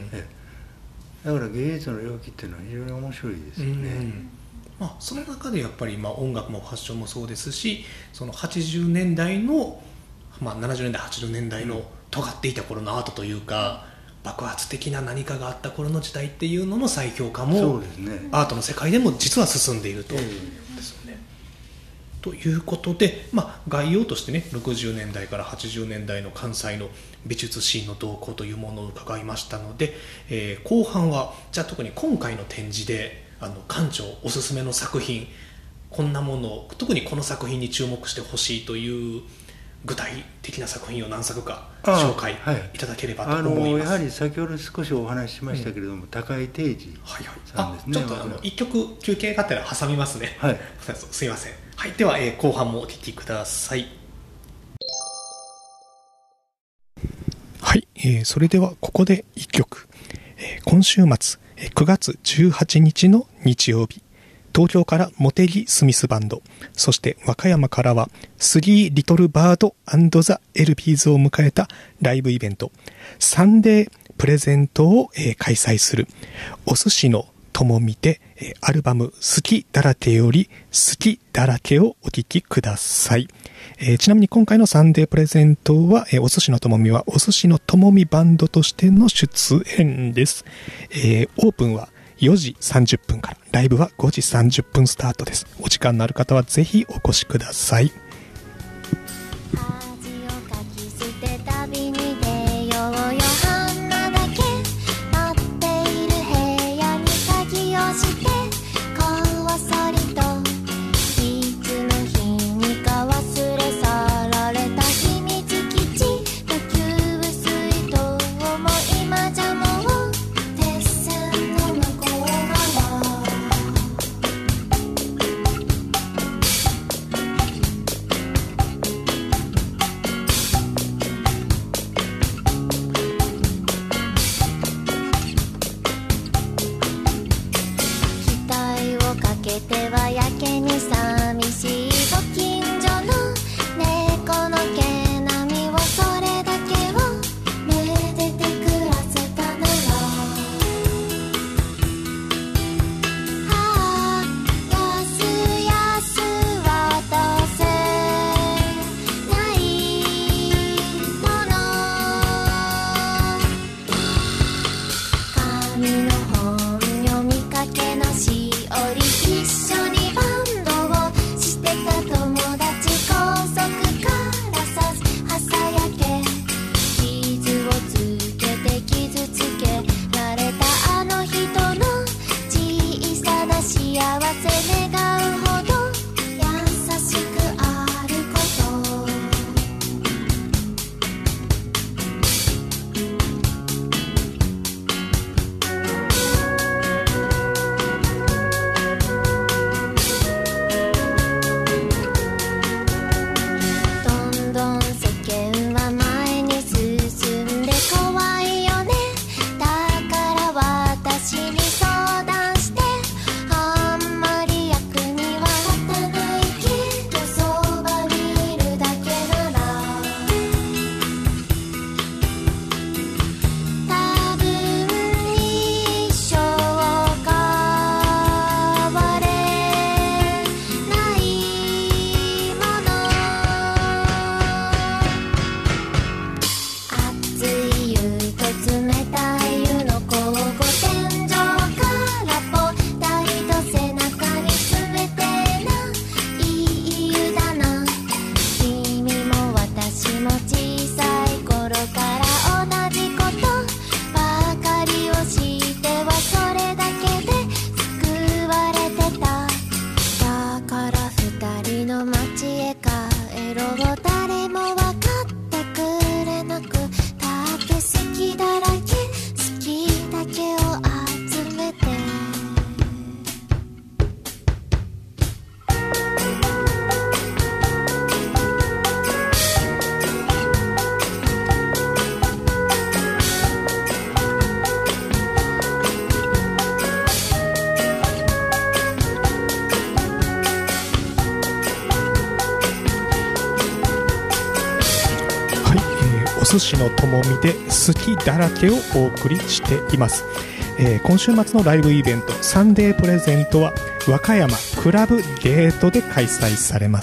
だから芸術の領域っていうのは非常に面白いですよね。 その中でやっぱり音楽もファッションもそうですし、その80年代の、70年代80年代の尖っていた頃のアートというか、爆発的な何かがあった頃の時代っていうのの再評価も、アートの世界でも実は進んでいるということですよね。ということで、概要としてね60年代から80年代の関西の美術シーンの動向というものを伺いましたので、後半はじゃあ特に今回の展示で館長おすすめの作品、こんなものを特にこの作品に注目してほしいという具体的な作品を何作か紹介いただければと思います。 やはり先ほど少しお話ししましたけれども、高井定治さんですね。 ちょっと1曲休憩があったら挟みますね。すいません。では、後半もお聴きください。それではここで1曲、今週末9月18日の日曜日、東京から茂木スミスバンド、そして和歌山からはスリーリトルバード&ザ・エルビーズを迎えたライブイベントサンデープレゼントを開催するお寿司のともみでアルバム好きだらけより好きだらけをお聴きください。ちなみに今回のサンデープレゼントはお寿司のともみはお寿司のともみバンドとしての出演です。オープンは4時30分から、ライブは5時30分スタートです。お時間のある方はぜひお越しください。寿司のともみで好きだらけをお送りしています。今週末のライブイベントサンデープレゼントは和歌山クラブゲートで開催されます。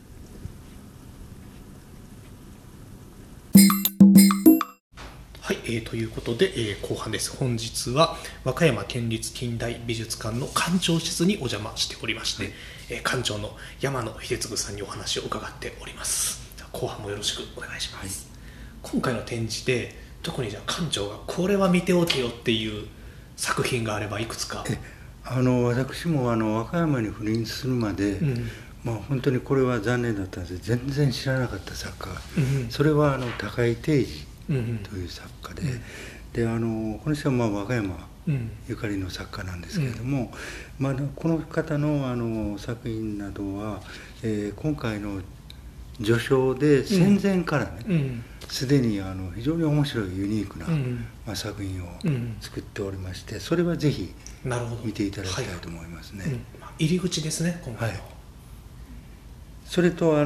はい、ということで、後半です。本日は和歌山県立近代美術館の館長室にお邪魔しておりまして、館長の山野秀次さんにお話を伺っております。後半もよろしくお願いします。今回の展示で特にじゃあ館長がこれは見ておけよっていう作品があればいくつか。 私も和歌山に赴任するまで、 本当にこれは残念だったんですけど、全然知らなかった作家、それは高井定治という作家で、この人は和歌山ゆかりの作家なんですけれども、この方の作品などは、今回の序章で戦前からね、すでに非常に面白いユニークな、作品を作っておりまして、それはぜひ見ていただきたいと思いますね。 入り口ですね、今回の。 それと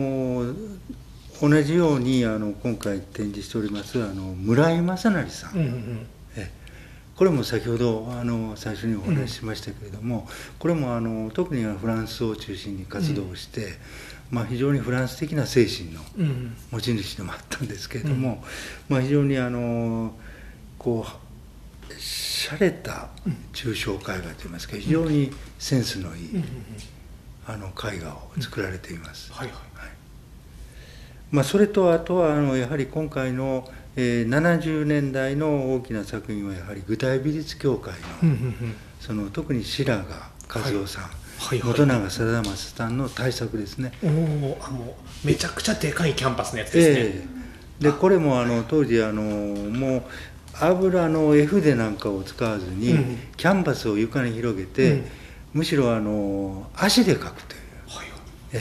同じように今回展示しております村井正成さん、これも先ほど最初にお話ししましたけれども、これも特にフランスを中心に活動して、非常にフランス的な精神の持ち主でもあったんですけれども、非常にこう洒落た抽象絵画といいますか、非常にセンスのいい絵画を作られています。それとあとはやはり今回の70年代の大きな作品はやはり具体美術協会の特に白髪和夫さん、本永貞正さんの大作ですね。 めちゃくちゃでかいキャンパスのやつですね。 でこれも当時もう油の絵筆なんかを使わずに、キャンバスを床に広げて、むしろ足で描くという、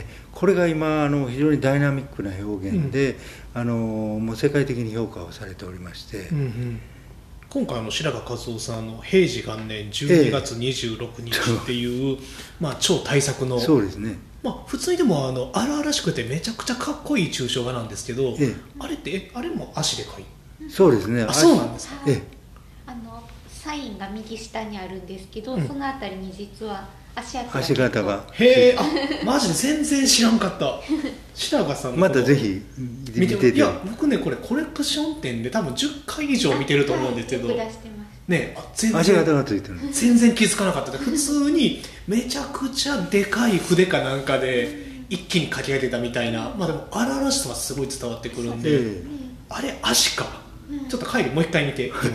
これが今非常にダイナミックな表現で、もう世界的に評価をされておりまして、 今回白髪和夫さんの平治元年12月26日っていう、超大作の、 そうですね、 普通にでも荒々しくてめちゃくちゃかっこいい抽象画なんですけど、あれってあれも足で描いて、 そうですね、 そうなんですか。 サインが右下にあるんですけど、そのあたりに実は足形が。 へえ、マジで全然知らんかった。白髪さんのまたぜひ見ていや、僕ねこれコレクション展で多分10回以上見てると思うんですけど、ね、 全然足形がついてる、 全然気づかなかった。普通にめちゃくちゃでかい筆かなんかで一気に描き上げてたみたいな、でも荒々しさはすごい伝わってくるんで、あれ足か、ちょっと帰りもう一回見ていきます。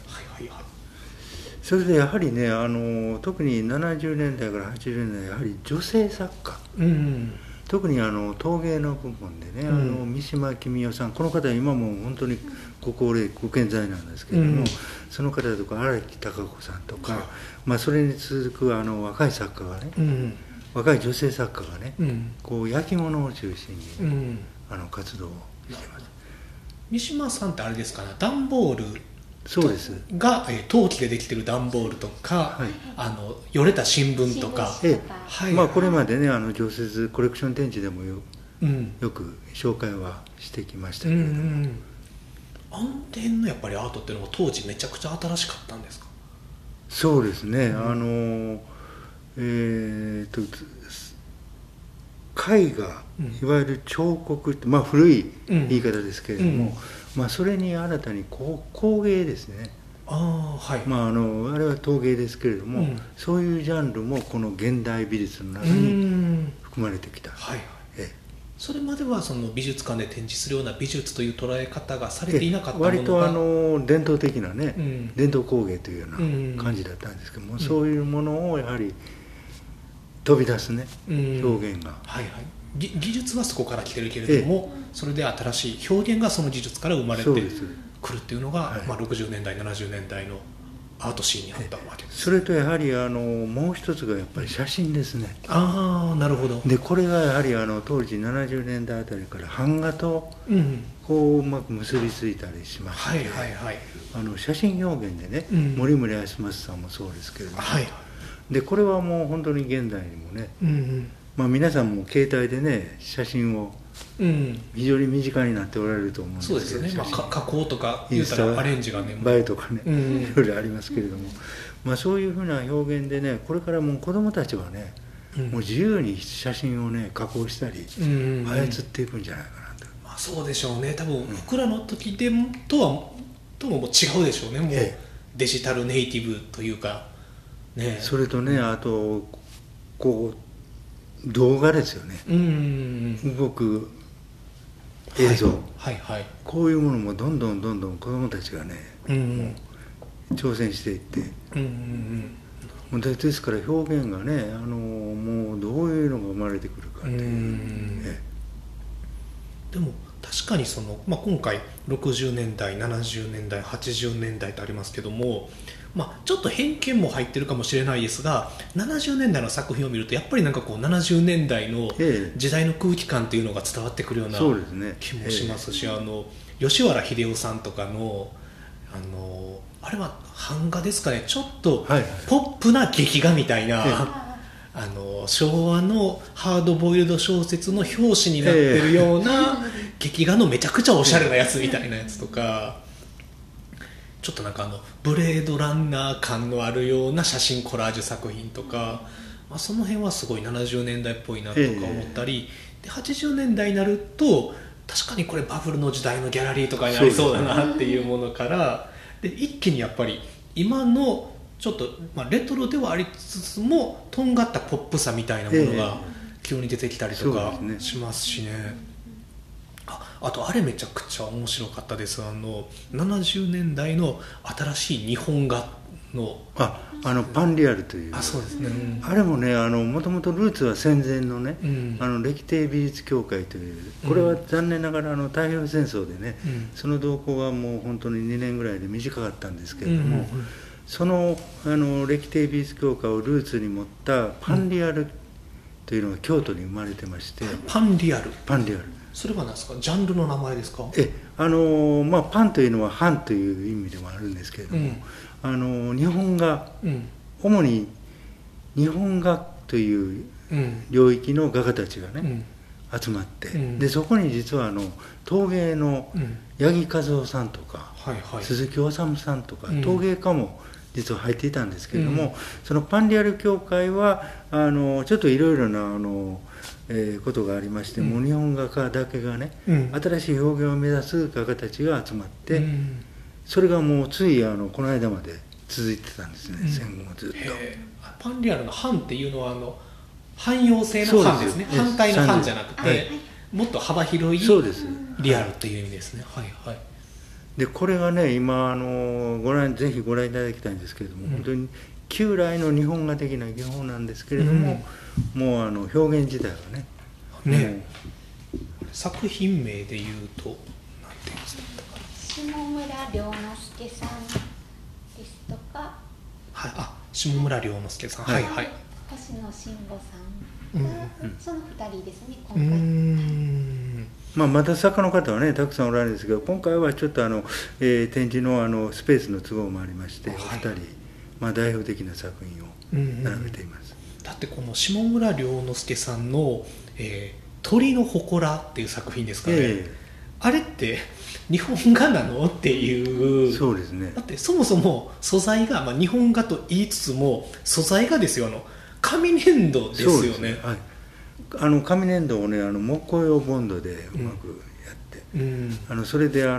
それでやはりね、特に70年代から80年代やはり女性作家、特に陶芸の部分でね、三島公代さん、この方は今も本当にご高齢ご健在なんですけれども、その方とか荒木孝子さんとか、それに続く若い作家がね、若い女性作家がね、こう焼き物を中心に、活動をしています。 三島さんってあれですかね、段ボールそうですが陶器でできてる段ボールとか、よれた新聞とか、 これまでね常設コレクション展示でもよく紹介はしてきましたけれども、 暗転のやっぱりアートっていうのは当時めちゃくちゃ新しかったんですか。 そうですね、絵画、いわゆる彫刻って、古い言い方ですけれども、それに新たに工芸ですね、あれは陶芸ですけれども、そういうジャンルもこの現代美術の中に含まれてきた。 それまではその美術館で展示するような美術という捉え方がされていなかったものが、 割と伝統的なね、伝統工芸というような感じだったんですけども、そういうものをやはり飛び出すね、表現が、 技術はそこから来てるけれども、それで新しい表現がその技術から生まれてくるっていうのが、60年代70年代のアートシーンにあったわけです。 それとやはりもう一つがやっぱり写真ですね。 なるほど。 でこれがやはり当時70年代あたりから版画とこううまく結びついたりしまして、写真表現でね、森村康正さんもそうですけれども、でこれはもう本当に現代にもね、皆さんも携帯でね写真を非常に身近になっておられると思うんですけど、 そうですよね、加工とか言ったらアレンジがね、 映えとかね、いろいろありますけれども、そういうふうな表現でね、これからもう子どもたちはね、もう自由に写真をね加工したり操っていくんじゃないかなと。 そうでしょうね。多分僕らの時でもとも違うでしょうね。もうデジタルネイティブというかね。 それとね、あとこう動画ですよね、動く映像、こういうものもどんどん子どもたちがね、挑戦していって、 ですから表現がねもうどういうのが生まれてくるかっていうでも確かに今回60年代70年代80年代とありますけども、ちょっと偏見も入ってるかもしれないですが70年代の作品を見るとやっぱりなんかこう70年代の時代の空気感っていうのが伝わってくるような気もしますし、吉原秀夫さんとかのあれは版画ですかね、ちょっとポップな劇画みたいな、昭和のハードボイルド小説の表紙になってるような劇画のめちゃくちゃおしゃれなやつみたいなやつとか、ちょっとなんかブレードランナー感のあるような写真コラージュ作品とか、その辺はすごい70年代っぽいなとか思ったり、で80年代になると確かにこれバブルの時代のギャラリーとかになりそうだなっていうものからで一気にやっぱり今のちょっと、レトロではありつつもとんがったポップさみたいなものが急に出てきたりとかしますしね。あとあれめちゃくちゃ面白かったです。70年代の新しい日本画のパンリアルというそうですね、 あれもねもともとルーツは戦前のね、歴帝美術協会というこれは残念ながら太平洋戦争でね、その動向がもう本当に2年ぐらいで短かったんですけれども、その歴帝美術協会をルーツに持ったパンリアルというのが京都に生まれてまして、 パンリアルそれは何ですか、ジャンルの名前ですか？ パンというのは藩という意味でもあるんですけれども、日本画、主に日本画という領域の画家たちがね、集まって、でそこに実は陶芸の八木和夫さんとか、鈴木治さんとか、陶芸家も実は入っていたんですけれども、そのパンリアル協会はちょっといろいろなことがありまして、もう日本画家だけがね、新しい表現を目指す画家たちが集まって、それがもうついこの間まで続いてたんですね、戦後ずっと。 パンリアルの藩っていうのは汎用性の藩ですね。反対の藩じゃなくて、もっと幅広いリアルっていう意味ですね。 でこれがね今ぜひご覧いただきたいんですけれども、本当に旧来の日本画的な技法なんですけれども、もう表現自体はね作品名でいうと何て言うんですか？ 下村良之助さんですとか、 下村良之助さん、星野慎吾さんが、その2人ですね今回。 また作家の方はねたくさんおられるんですけど、今回はちょっと展示のスペースの都合もありまして、お二人、代表的な作品を並べています。 だってこの下村良之助さんの「鳥の祠」っていう作品ですかね、あれって日本画なのっていう。 そうですね。 だってそもそも素材が、日本画と言いつつも素材がですよ、紙粘土ですよね。 紙粘土をね木工用ボンドでうまくやって、それで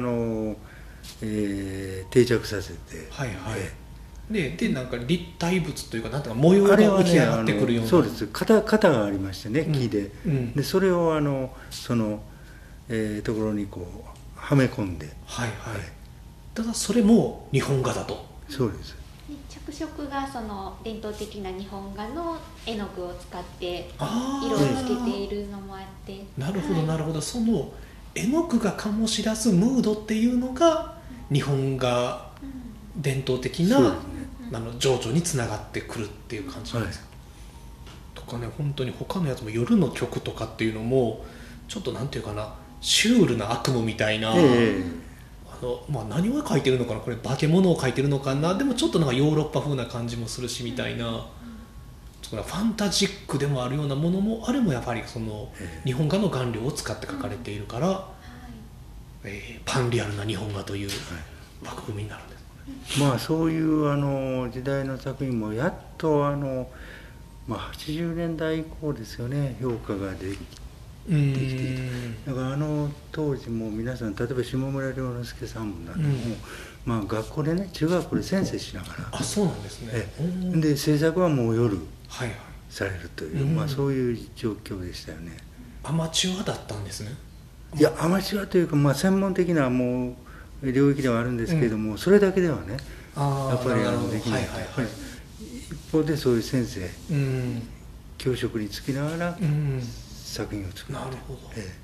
定着させて、 でなんか立体物というかなんていうか模様が浮き上がってくるような、 そうです。型がありましてね、木で、でそれをそのところにこうはめ込んで、 ただそれも日本画だと。 そうです。 着色がその伝統的な日本画の絵の具を使って色をつけているのもあって、 なるほどなるほど、その絵の具が醸し出すムードっていうのが日本画伝統的な情緒につながってくるっていう感じなんですか？とかね、本当に他のやつも夜の曲とかっていうのもちょっとなんていうかな、シュールな悪夢みたいな、何を描いてるのかな、これ化け物を描いてるのかな、でもちょっとなんかヨーロッパ風な感じもするしみたいな、ファンタジックでもあるようなものも、あれもやっぱりその日本画の顔料を使って描かれているから、パンリアルな日本画という枠組みになるんですね。 そういう時代の作品もやっと80年代以降ですよね、評価ができてだから当時も皆さん、例えば下村良之助さんなんでも、学校でね、中学校で先生しながら、 そうなんですね。 で制作はもう夜されるという、そういう状況でしたよね。 アマチュアだったんですね。 いや、アマチュアというか、専門的なもう領域ではあるんですけれども、それだけではね、やっぱりできないと。一こでそういう先生、教職につきながら作品を作る。 なるほど。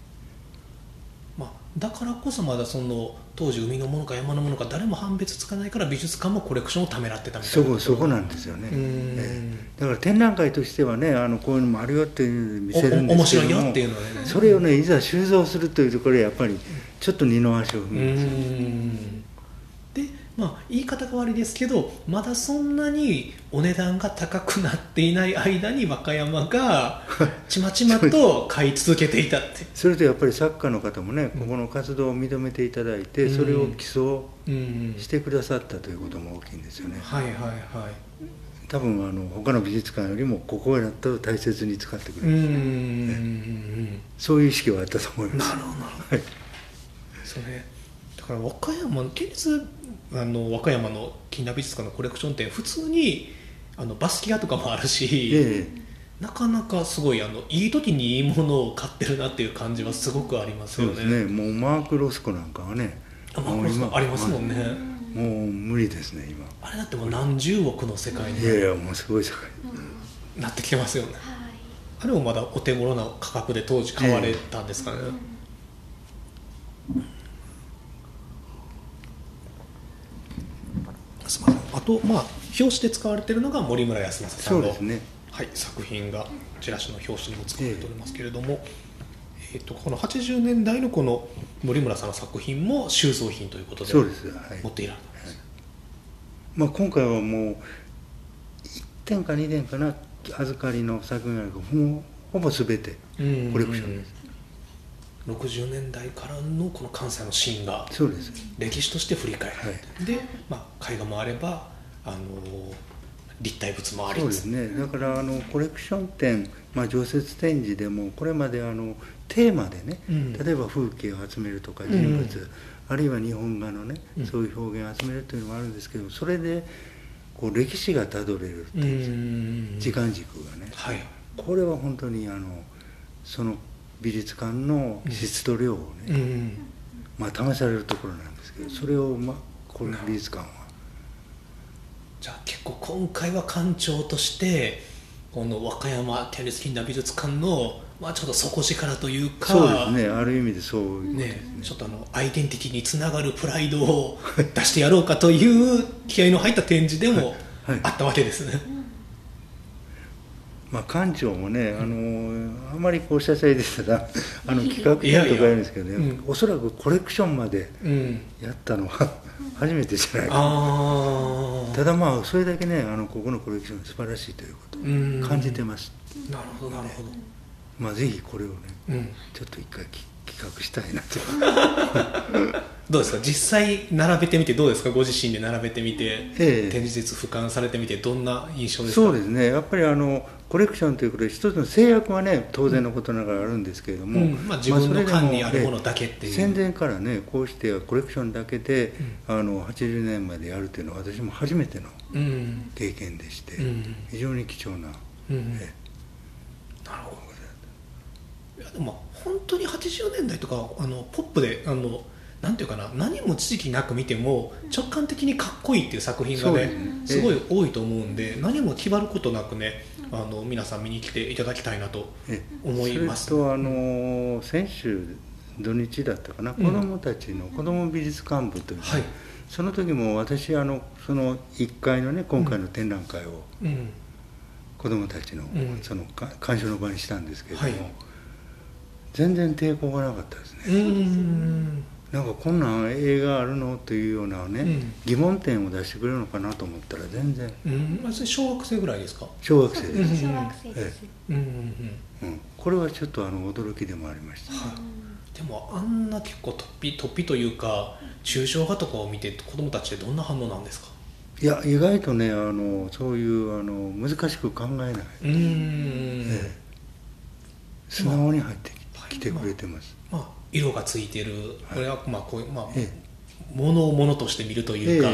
だからこそまだその当時海のものか山のものか誰も判別つかないから美術館もコレクションをためらってたみたいな。 そこなんですよね。だから展覧会としてはね、こういうのもあるよっていうのを見せるんですけども、面白いよっていうのはね、それをねいざ収蔵するというところでやっぱりちょっと二の足を踏むんですよ。 で言い方が悪いですけど、まだそんなにお値段が高くなっていない間に和歌山がちまちまと買い続けていたってそれとやっぱり作家の方もね、ここの活動を認めていただいて、それを寄贈してくださったということも大きいんですよね。多分他の美術館よりもここだったら大切に使ってくれる、そういう意識はあったと思います。 なるほど、それだから和歌山県立和歌山の近代美術館のコレクション展、普通にバスキアとかもあるし、なかなかすごいいい時にいいものを買ってるなっていう感じはすごくありますよね。 そうですね。もうマーク・ロスコなんかはね、 マーク・ロスコありますもんね。 もう無理ですね今。 あれだってもう何十億の世界にもうすごい世界になってきてますよね。あれもまだお手頃な価格で当時買われたんですかね。あと表紙で使われているのが森村康政さんの、作品がチラシの表紙にも使われておりますけれども、この80年代のこの森村さんの作品も収蔵品ということで持っていられたんです。 今回はもう1点か2点かな預かりの作品がほぼ全てコレクションです。 60年代からのこの関西のシーンが歴史として振り返る、で、絵画もあれば立体物もありそうですね。だからコレクション展、常設展示でもこれまでテーマでね、例えば風景を集めるとか人物、あるいは日本画のね、そういう表現を集めるというのもあるんですけど、それでこう歴史がたどれるっていう時間軸がね、これは本当にその美術館の質と量をね、試されるところなんですけど、それをこの美術館はじゃあ結構今回は館長としてこの和歌山県立近代美術館のちょっと底力というか、 そうですね、ある意味でそういうことですね。 ちょっとアイデンティティにつながるプライドを出してやろうかという気合いの入った展示でもあったわけですね。 館長もね、あまりこうした際でしたら企画展とか言うんですけどね、おそらくコレクションまでやったのは初めてじゃないかな。ただそれだけねここのコレクション素晴らしいということを感じてます。 なるほどなるほど。ぜひこれをね、ちょっと一回企画したいなと。 どうですか、実際並べてみてどうですか、ご自身で並べてみて、展示室俯瞰されてみてどんな印象ですか。 そうですね、やっぱりコレクションということで一つの制約はね当然のことながらあるんですけれども、 自分の管にあるものだけっていう、 戦前からねこうしてコレクションだけで、80年までやるというのは私も初めての経験でして、非常に貴重な、なるほど。 いやでも本当に80年代とかポップでなんていうかな、何も知識なく見ても直感的にかっこいいっていう作品がねすごい多いと思うんで、何も気張ることなくね皆さん見に来ていただきたいなと思います。 それと先週土日だったかな、子どもたちの子ども美術館部という、その時も私その1階のね今回の展覧会を子どもたちのその鑑賞の場にしたんですけれども、全然抵抗がなかったですね。なんかこんな映画あるのというようなね、疑問点を出してくれるのかなと思ったら全然。 それ小学生ぐらいですか。 小学生です。 小学生です。 これはちょっと驚きでもありました。 でもあんな結構突飛というか抽象画とかを見て子どもたちってどんな反応なんですか。 いや意外とねそういう難しく考えない、素直に入ってきてくれてます。 色がついてる、これはこういうものをものとして見るというか、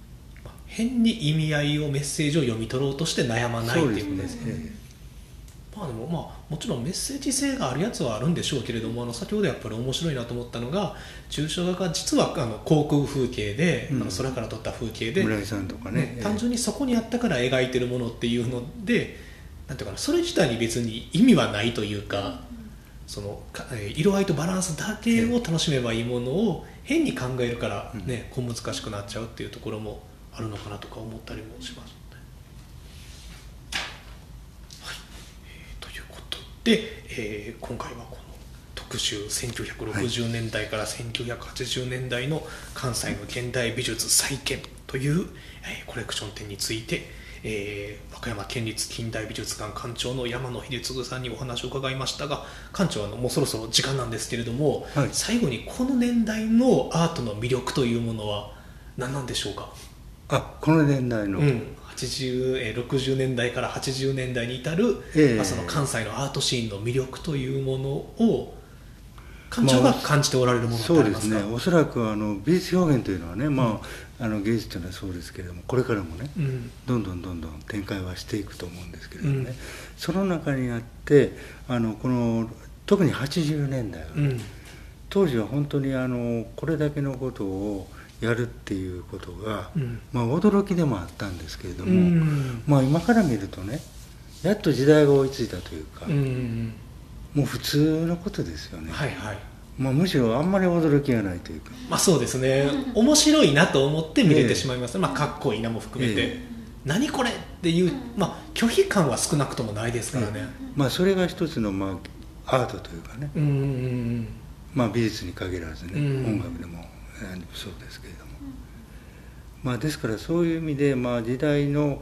変に意味合いをメッセージを読み取ろうとして悩まないっていうことですね。 でももちろんメッセージ性があるやつはあるんでしょうけれども、先ほどやっぱり面白いなと思ったのが、抽象画が実は航空風景で、空から撮った風景で、 村井さんとかね、 単純にそこにあったから描いてるものっていうので、なんていうかな、それ自体に別に意味はないというか、その色合いとバランスだけを楽しめばいいものを変に考えるからね、小難しくなっちゃうっていうところもあるのかなとか思ったりもします。で、今回はこの特集1960年代から1980年代の関西の現代美術再建という、コレクション展について、和歌山県立近代美術館館長の山野秀次さんにお話を伺いましたが、館長もうそろそろ時間なんですけれども、はい、最後にこの年代のアートの魅力というものは何なんでしょうか。 この年代の、 60年代から80年代に至る、その関西のアートシーンの魅力というものを館長が感じておられるものってありますか。 そうですね、おそらく美術表現というのはね、芸術というのはそうですけれども、これからもね、どんどん展開はしていくと思うんですけれどもね、その中にあってこの特に80年代は、当時は本当にこれだけのことをやるっていうことが、驚きでもあったんですけれども、今から見るとね、やっと時代が追いついたというか、もう普通のことですよね。むしろあんまり驚きがないというか、 そうですね、面白いなと思って見れてしまいます、かっこいいなも含めて、何これっていう、拒否感は少なくともないですからね。 それが一つの、アートというかね、美術に限らずね、音楽でもそうですけれども、ですからそういう意味で、時代の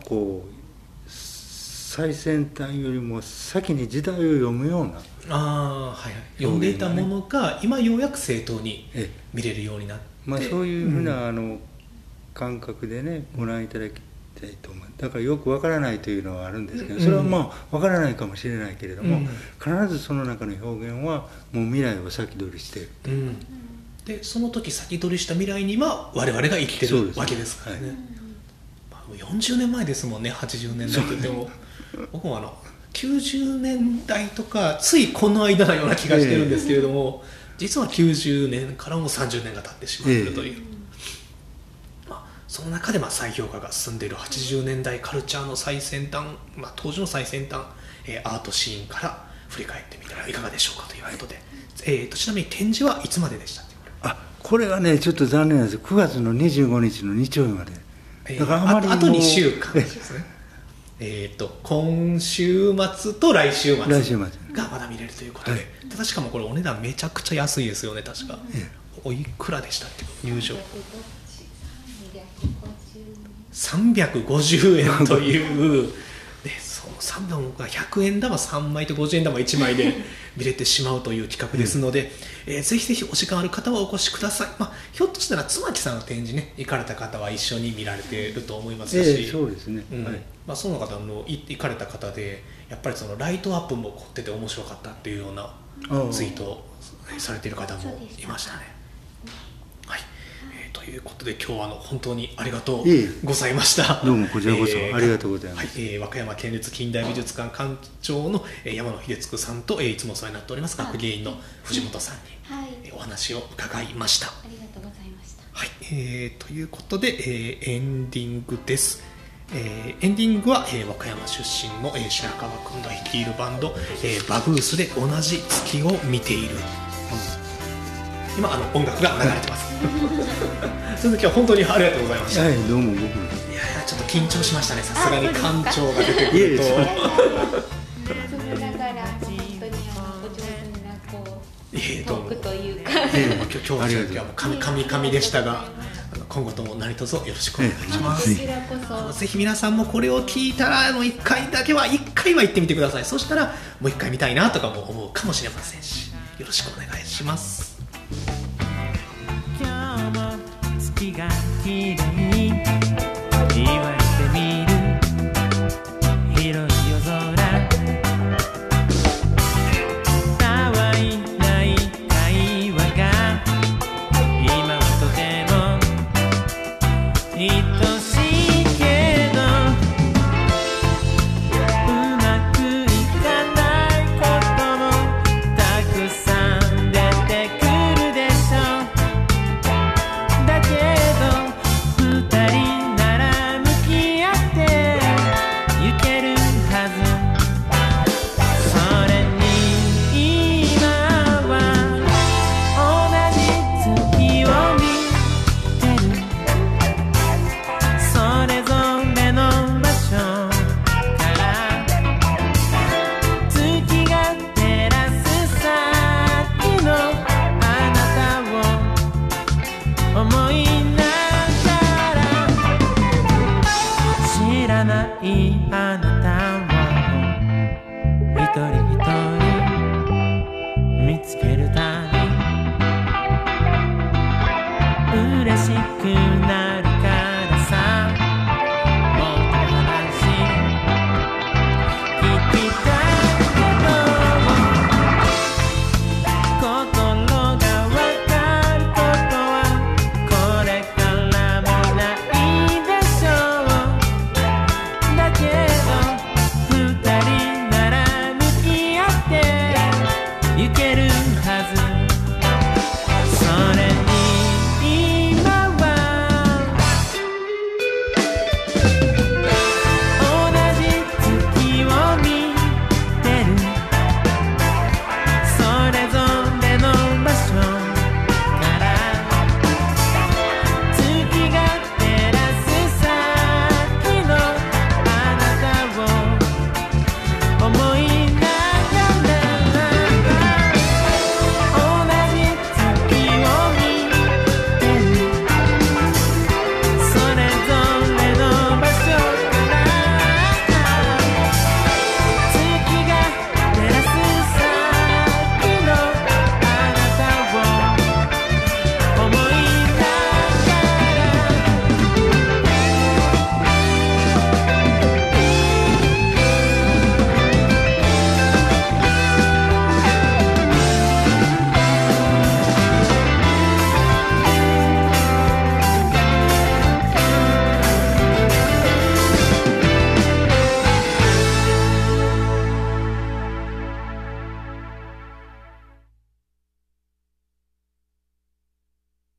最先端よりも先に時代を読むような、 読んでいたものが今ようやく正当に見れるようになって、 そういうふうな感覚でね、ご覧いただきたいと思う。だからよくわからないというのはあるんですけど、それはわからないかもしれないけれども、必ずその中の表現はもう未来を先取りしているという、 でその時先取りした未来には我々が生きてるわけですからね。40年前ですもんね、80年代って言っても。僕も90年代とかついこの間のような気がしてるんですけれども、実は90年からも30年が経ってしまっているという、その中で再評価が進んでいる80年代カルチャーの最先端、当時の最先端、アートシーンから振り返ってみたらいかがでしょうかということで、ちなみに展示はいつまででしたっけ。 これはねちょっと残念なんです。9月の25日の日曜日まで、だからあと2週間ですね。今週末と来週末がまだ見れるということで、ただしかもこれお値段めちゃくちゃ安いですよね、確か。おいくらでしたっけ、入場。350円というで、その3本が100円玉3枚と50円玉1枚で見れてしまうという企画ですので、ぜひぜひお時間ある方はお越しください。ひょっとしたら妻木さんの展示ね、行かれた方は一緒に見られていると思いますし、 そうですね、 その方の行かれた方でやっぱりそのライトアップも凝ってて面白かったっていうようなツイートをされている方もいましたね。ということで今日は本当にありがとうございました。 どうもこちらこそありがとうございます。 和歌山県立近代美術館館長の山野秀次さんと、いつもお世話になっております学芸員の藤本さんに、お話を伺いました。 ありがとうございました。 ということで、エンディングです。エンディングは、和歌山出身の、白川君が率いるバンド、バグースで同じ月を見ている。今音楽が流れてますそれで今日は本当にありがとうございました。 どうも。僕ちょっと緊張しましたね、さすがに館長が出てくると。 だから本当にお上手なトークというか、 今日は神でしたが、今後とも何卒よろしくお願いします。ぜひ皆さんもこれを聞いたら1回は行ってみてください。そしたらもう1回見たいなとかも思うかもしれませんし、よろしくお願いします。 今日も月が綺麗、言われてみる広い夜空、たわいない会話が今はとても愛しいけどうまくいかないはずそれ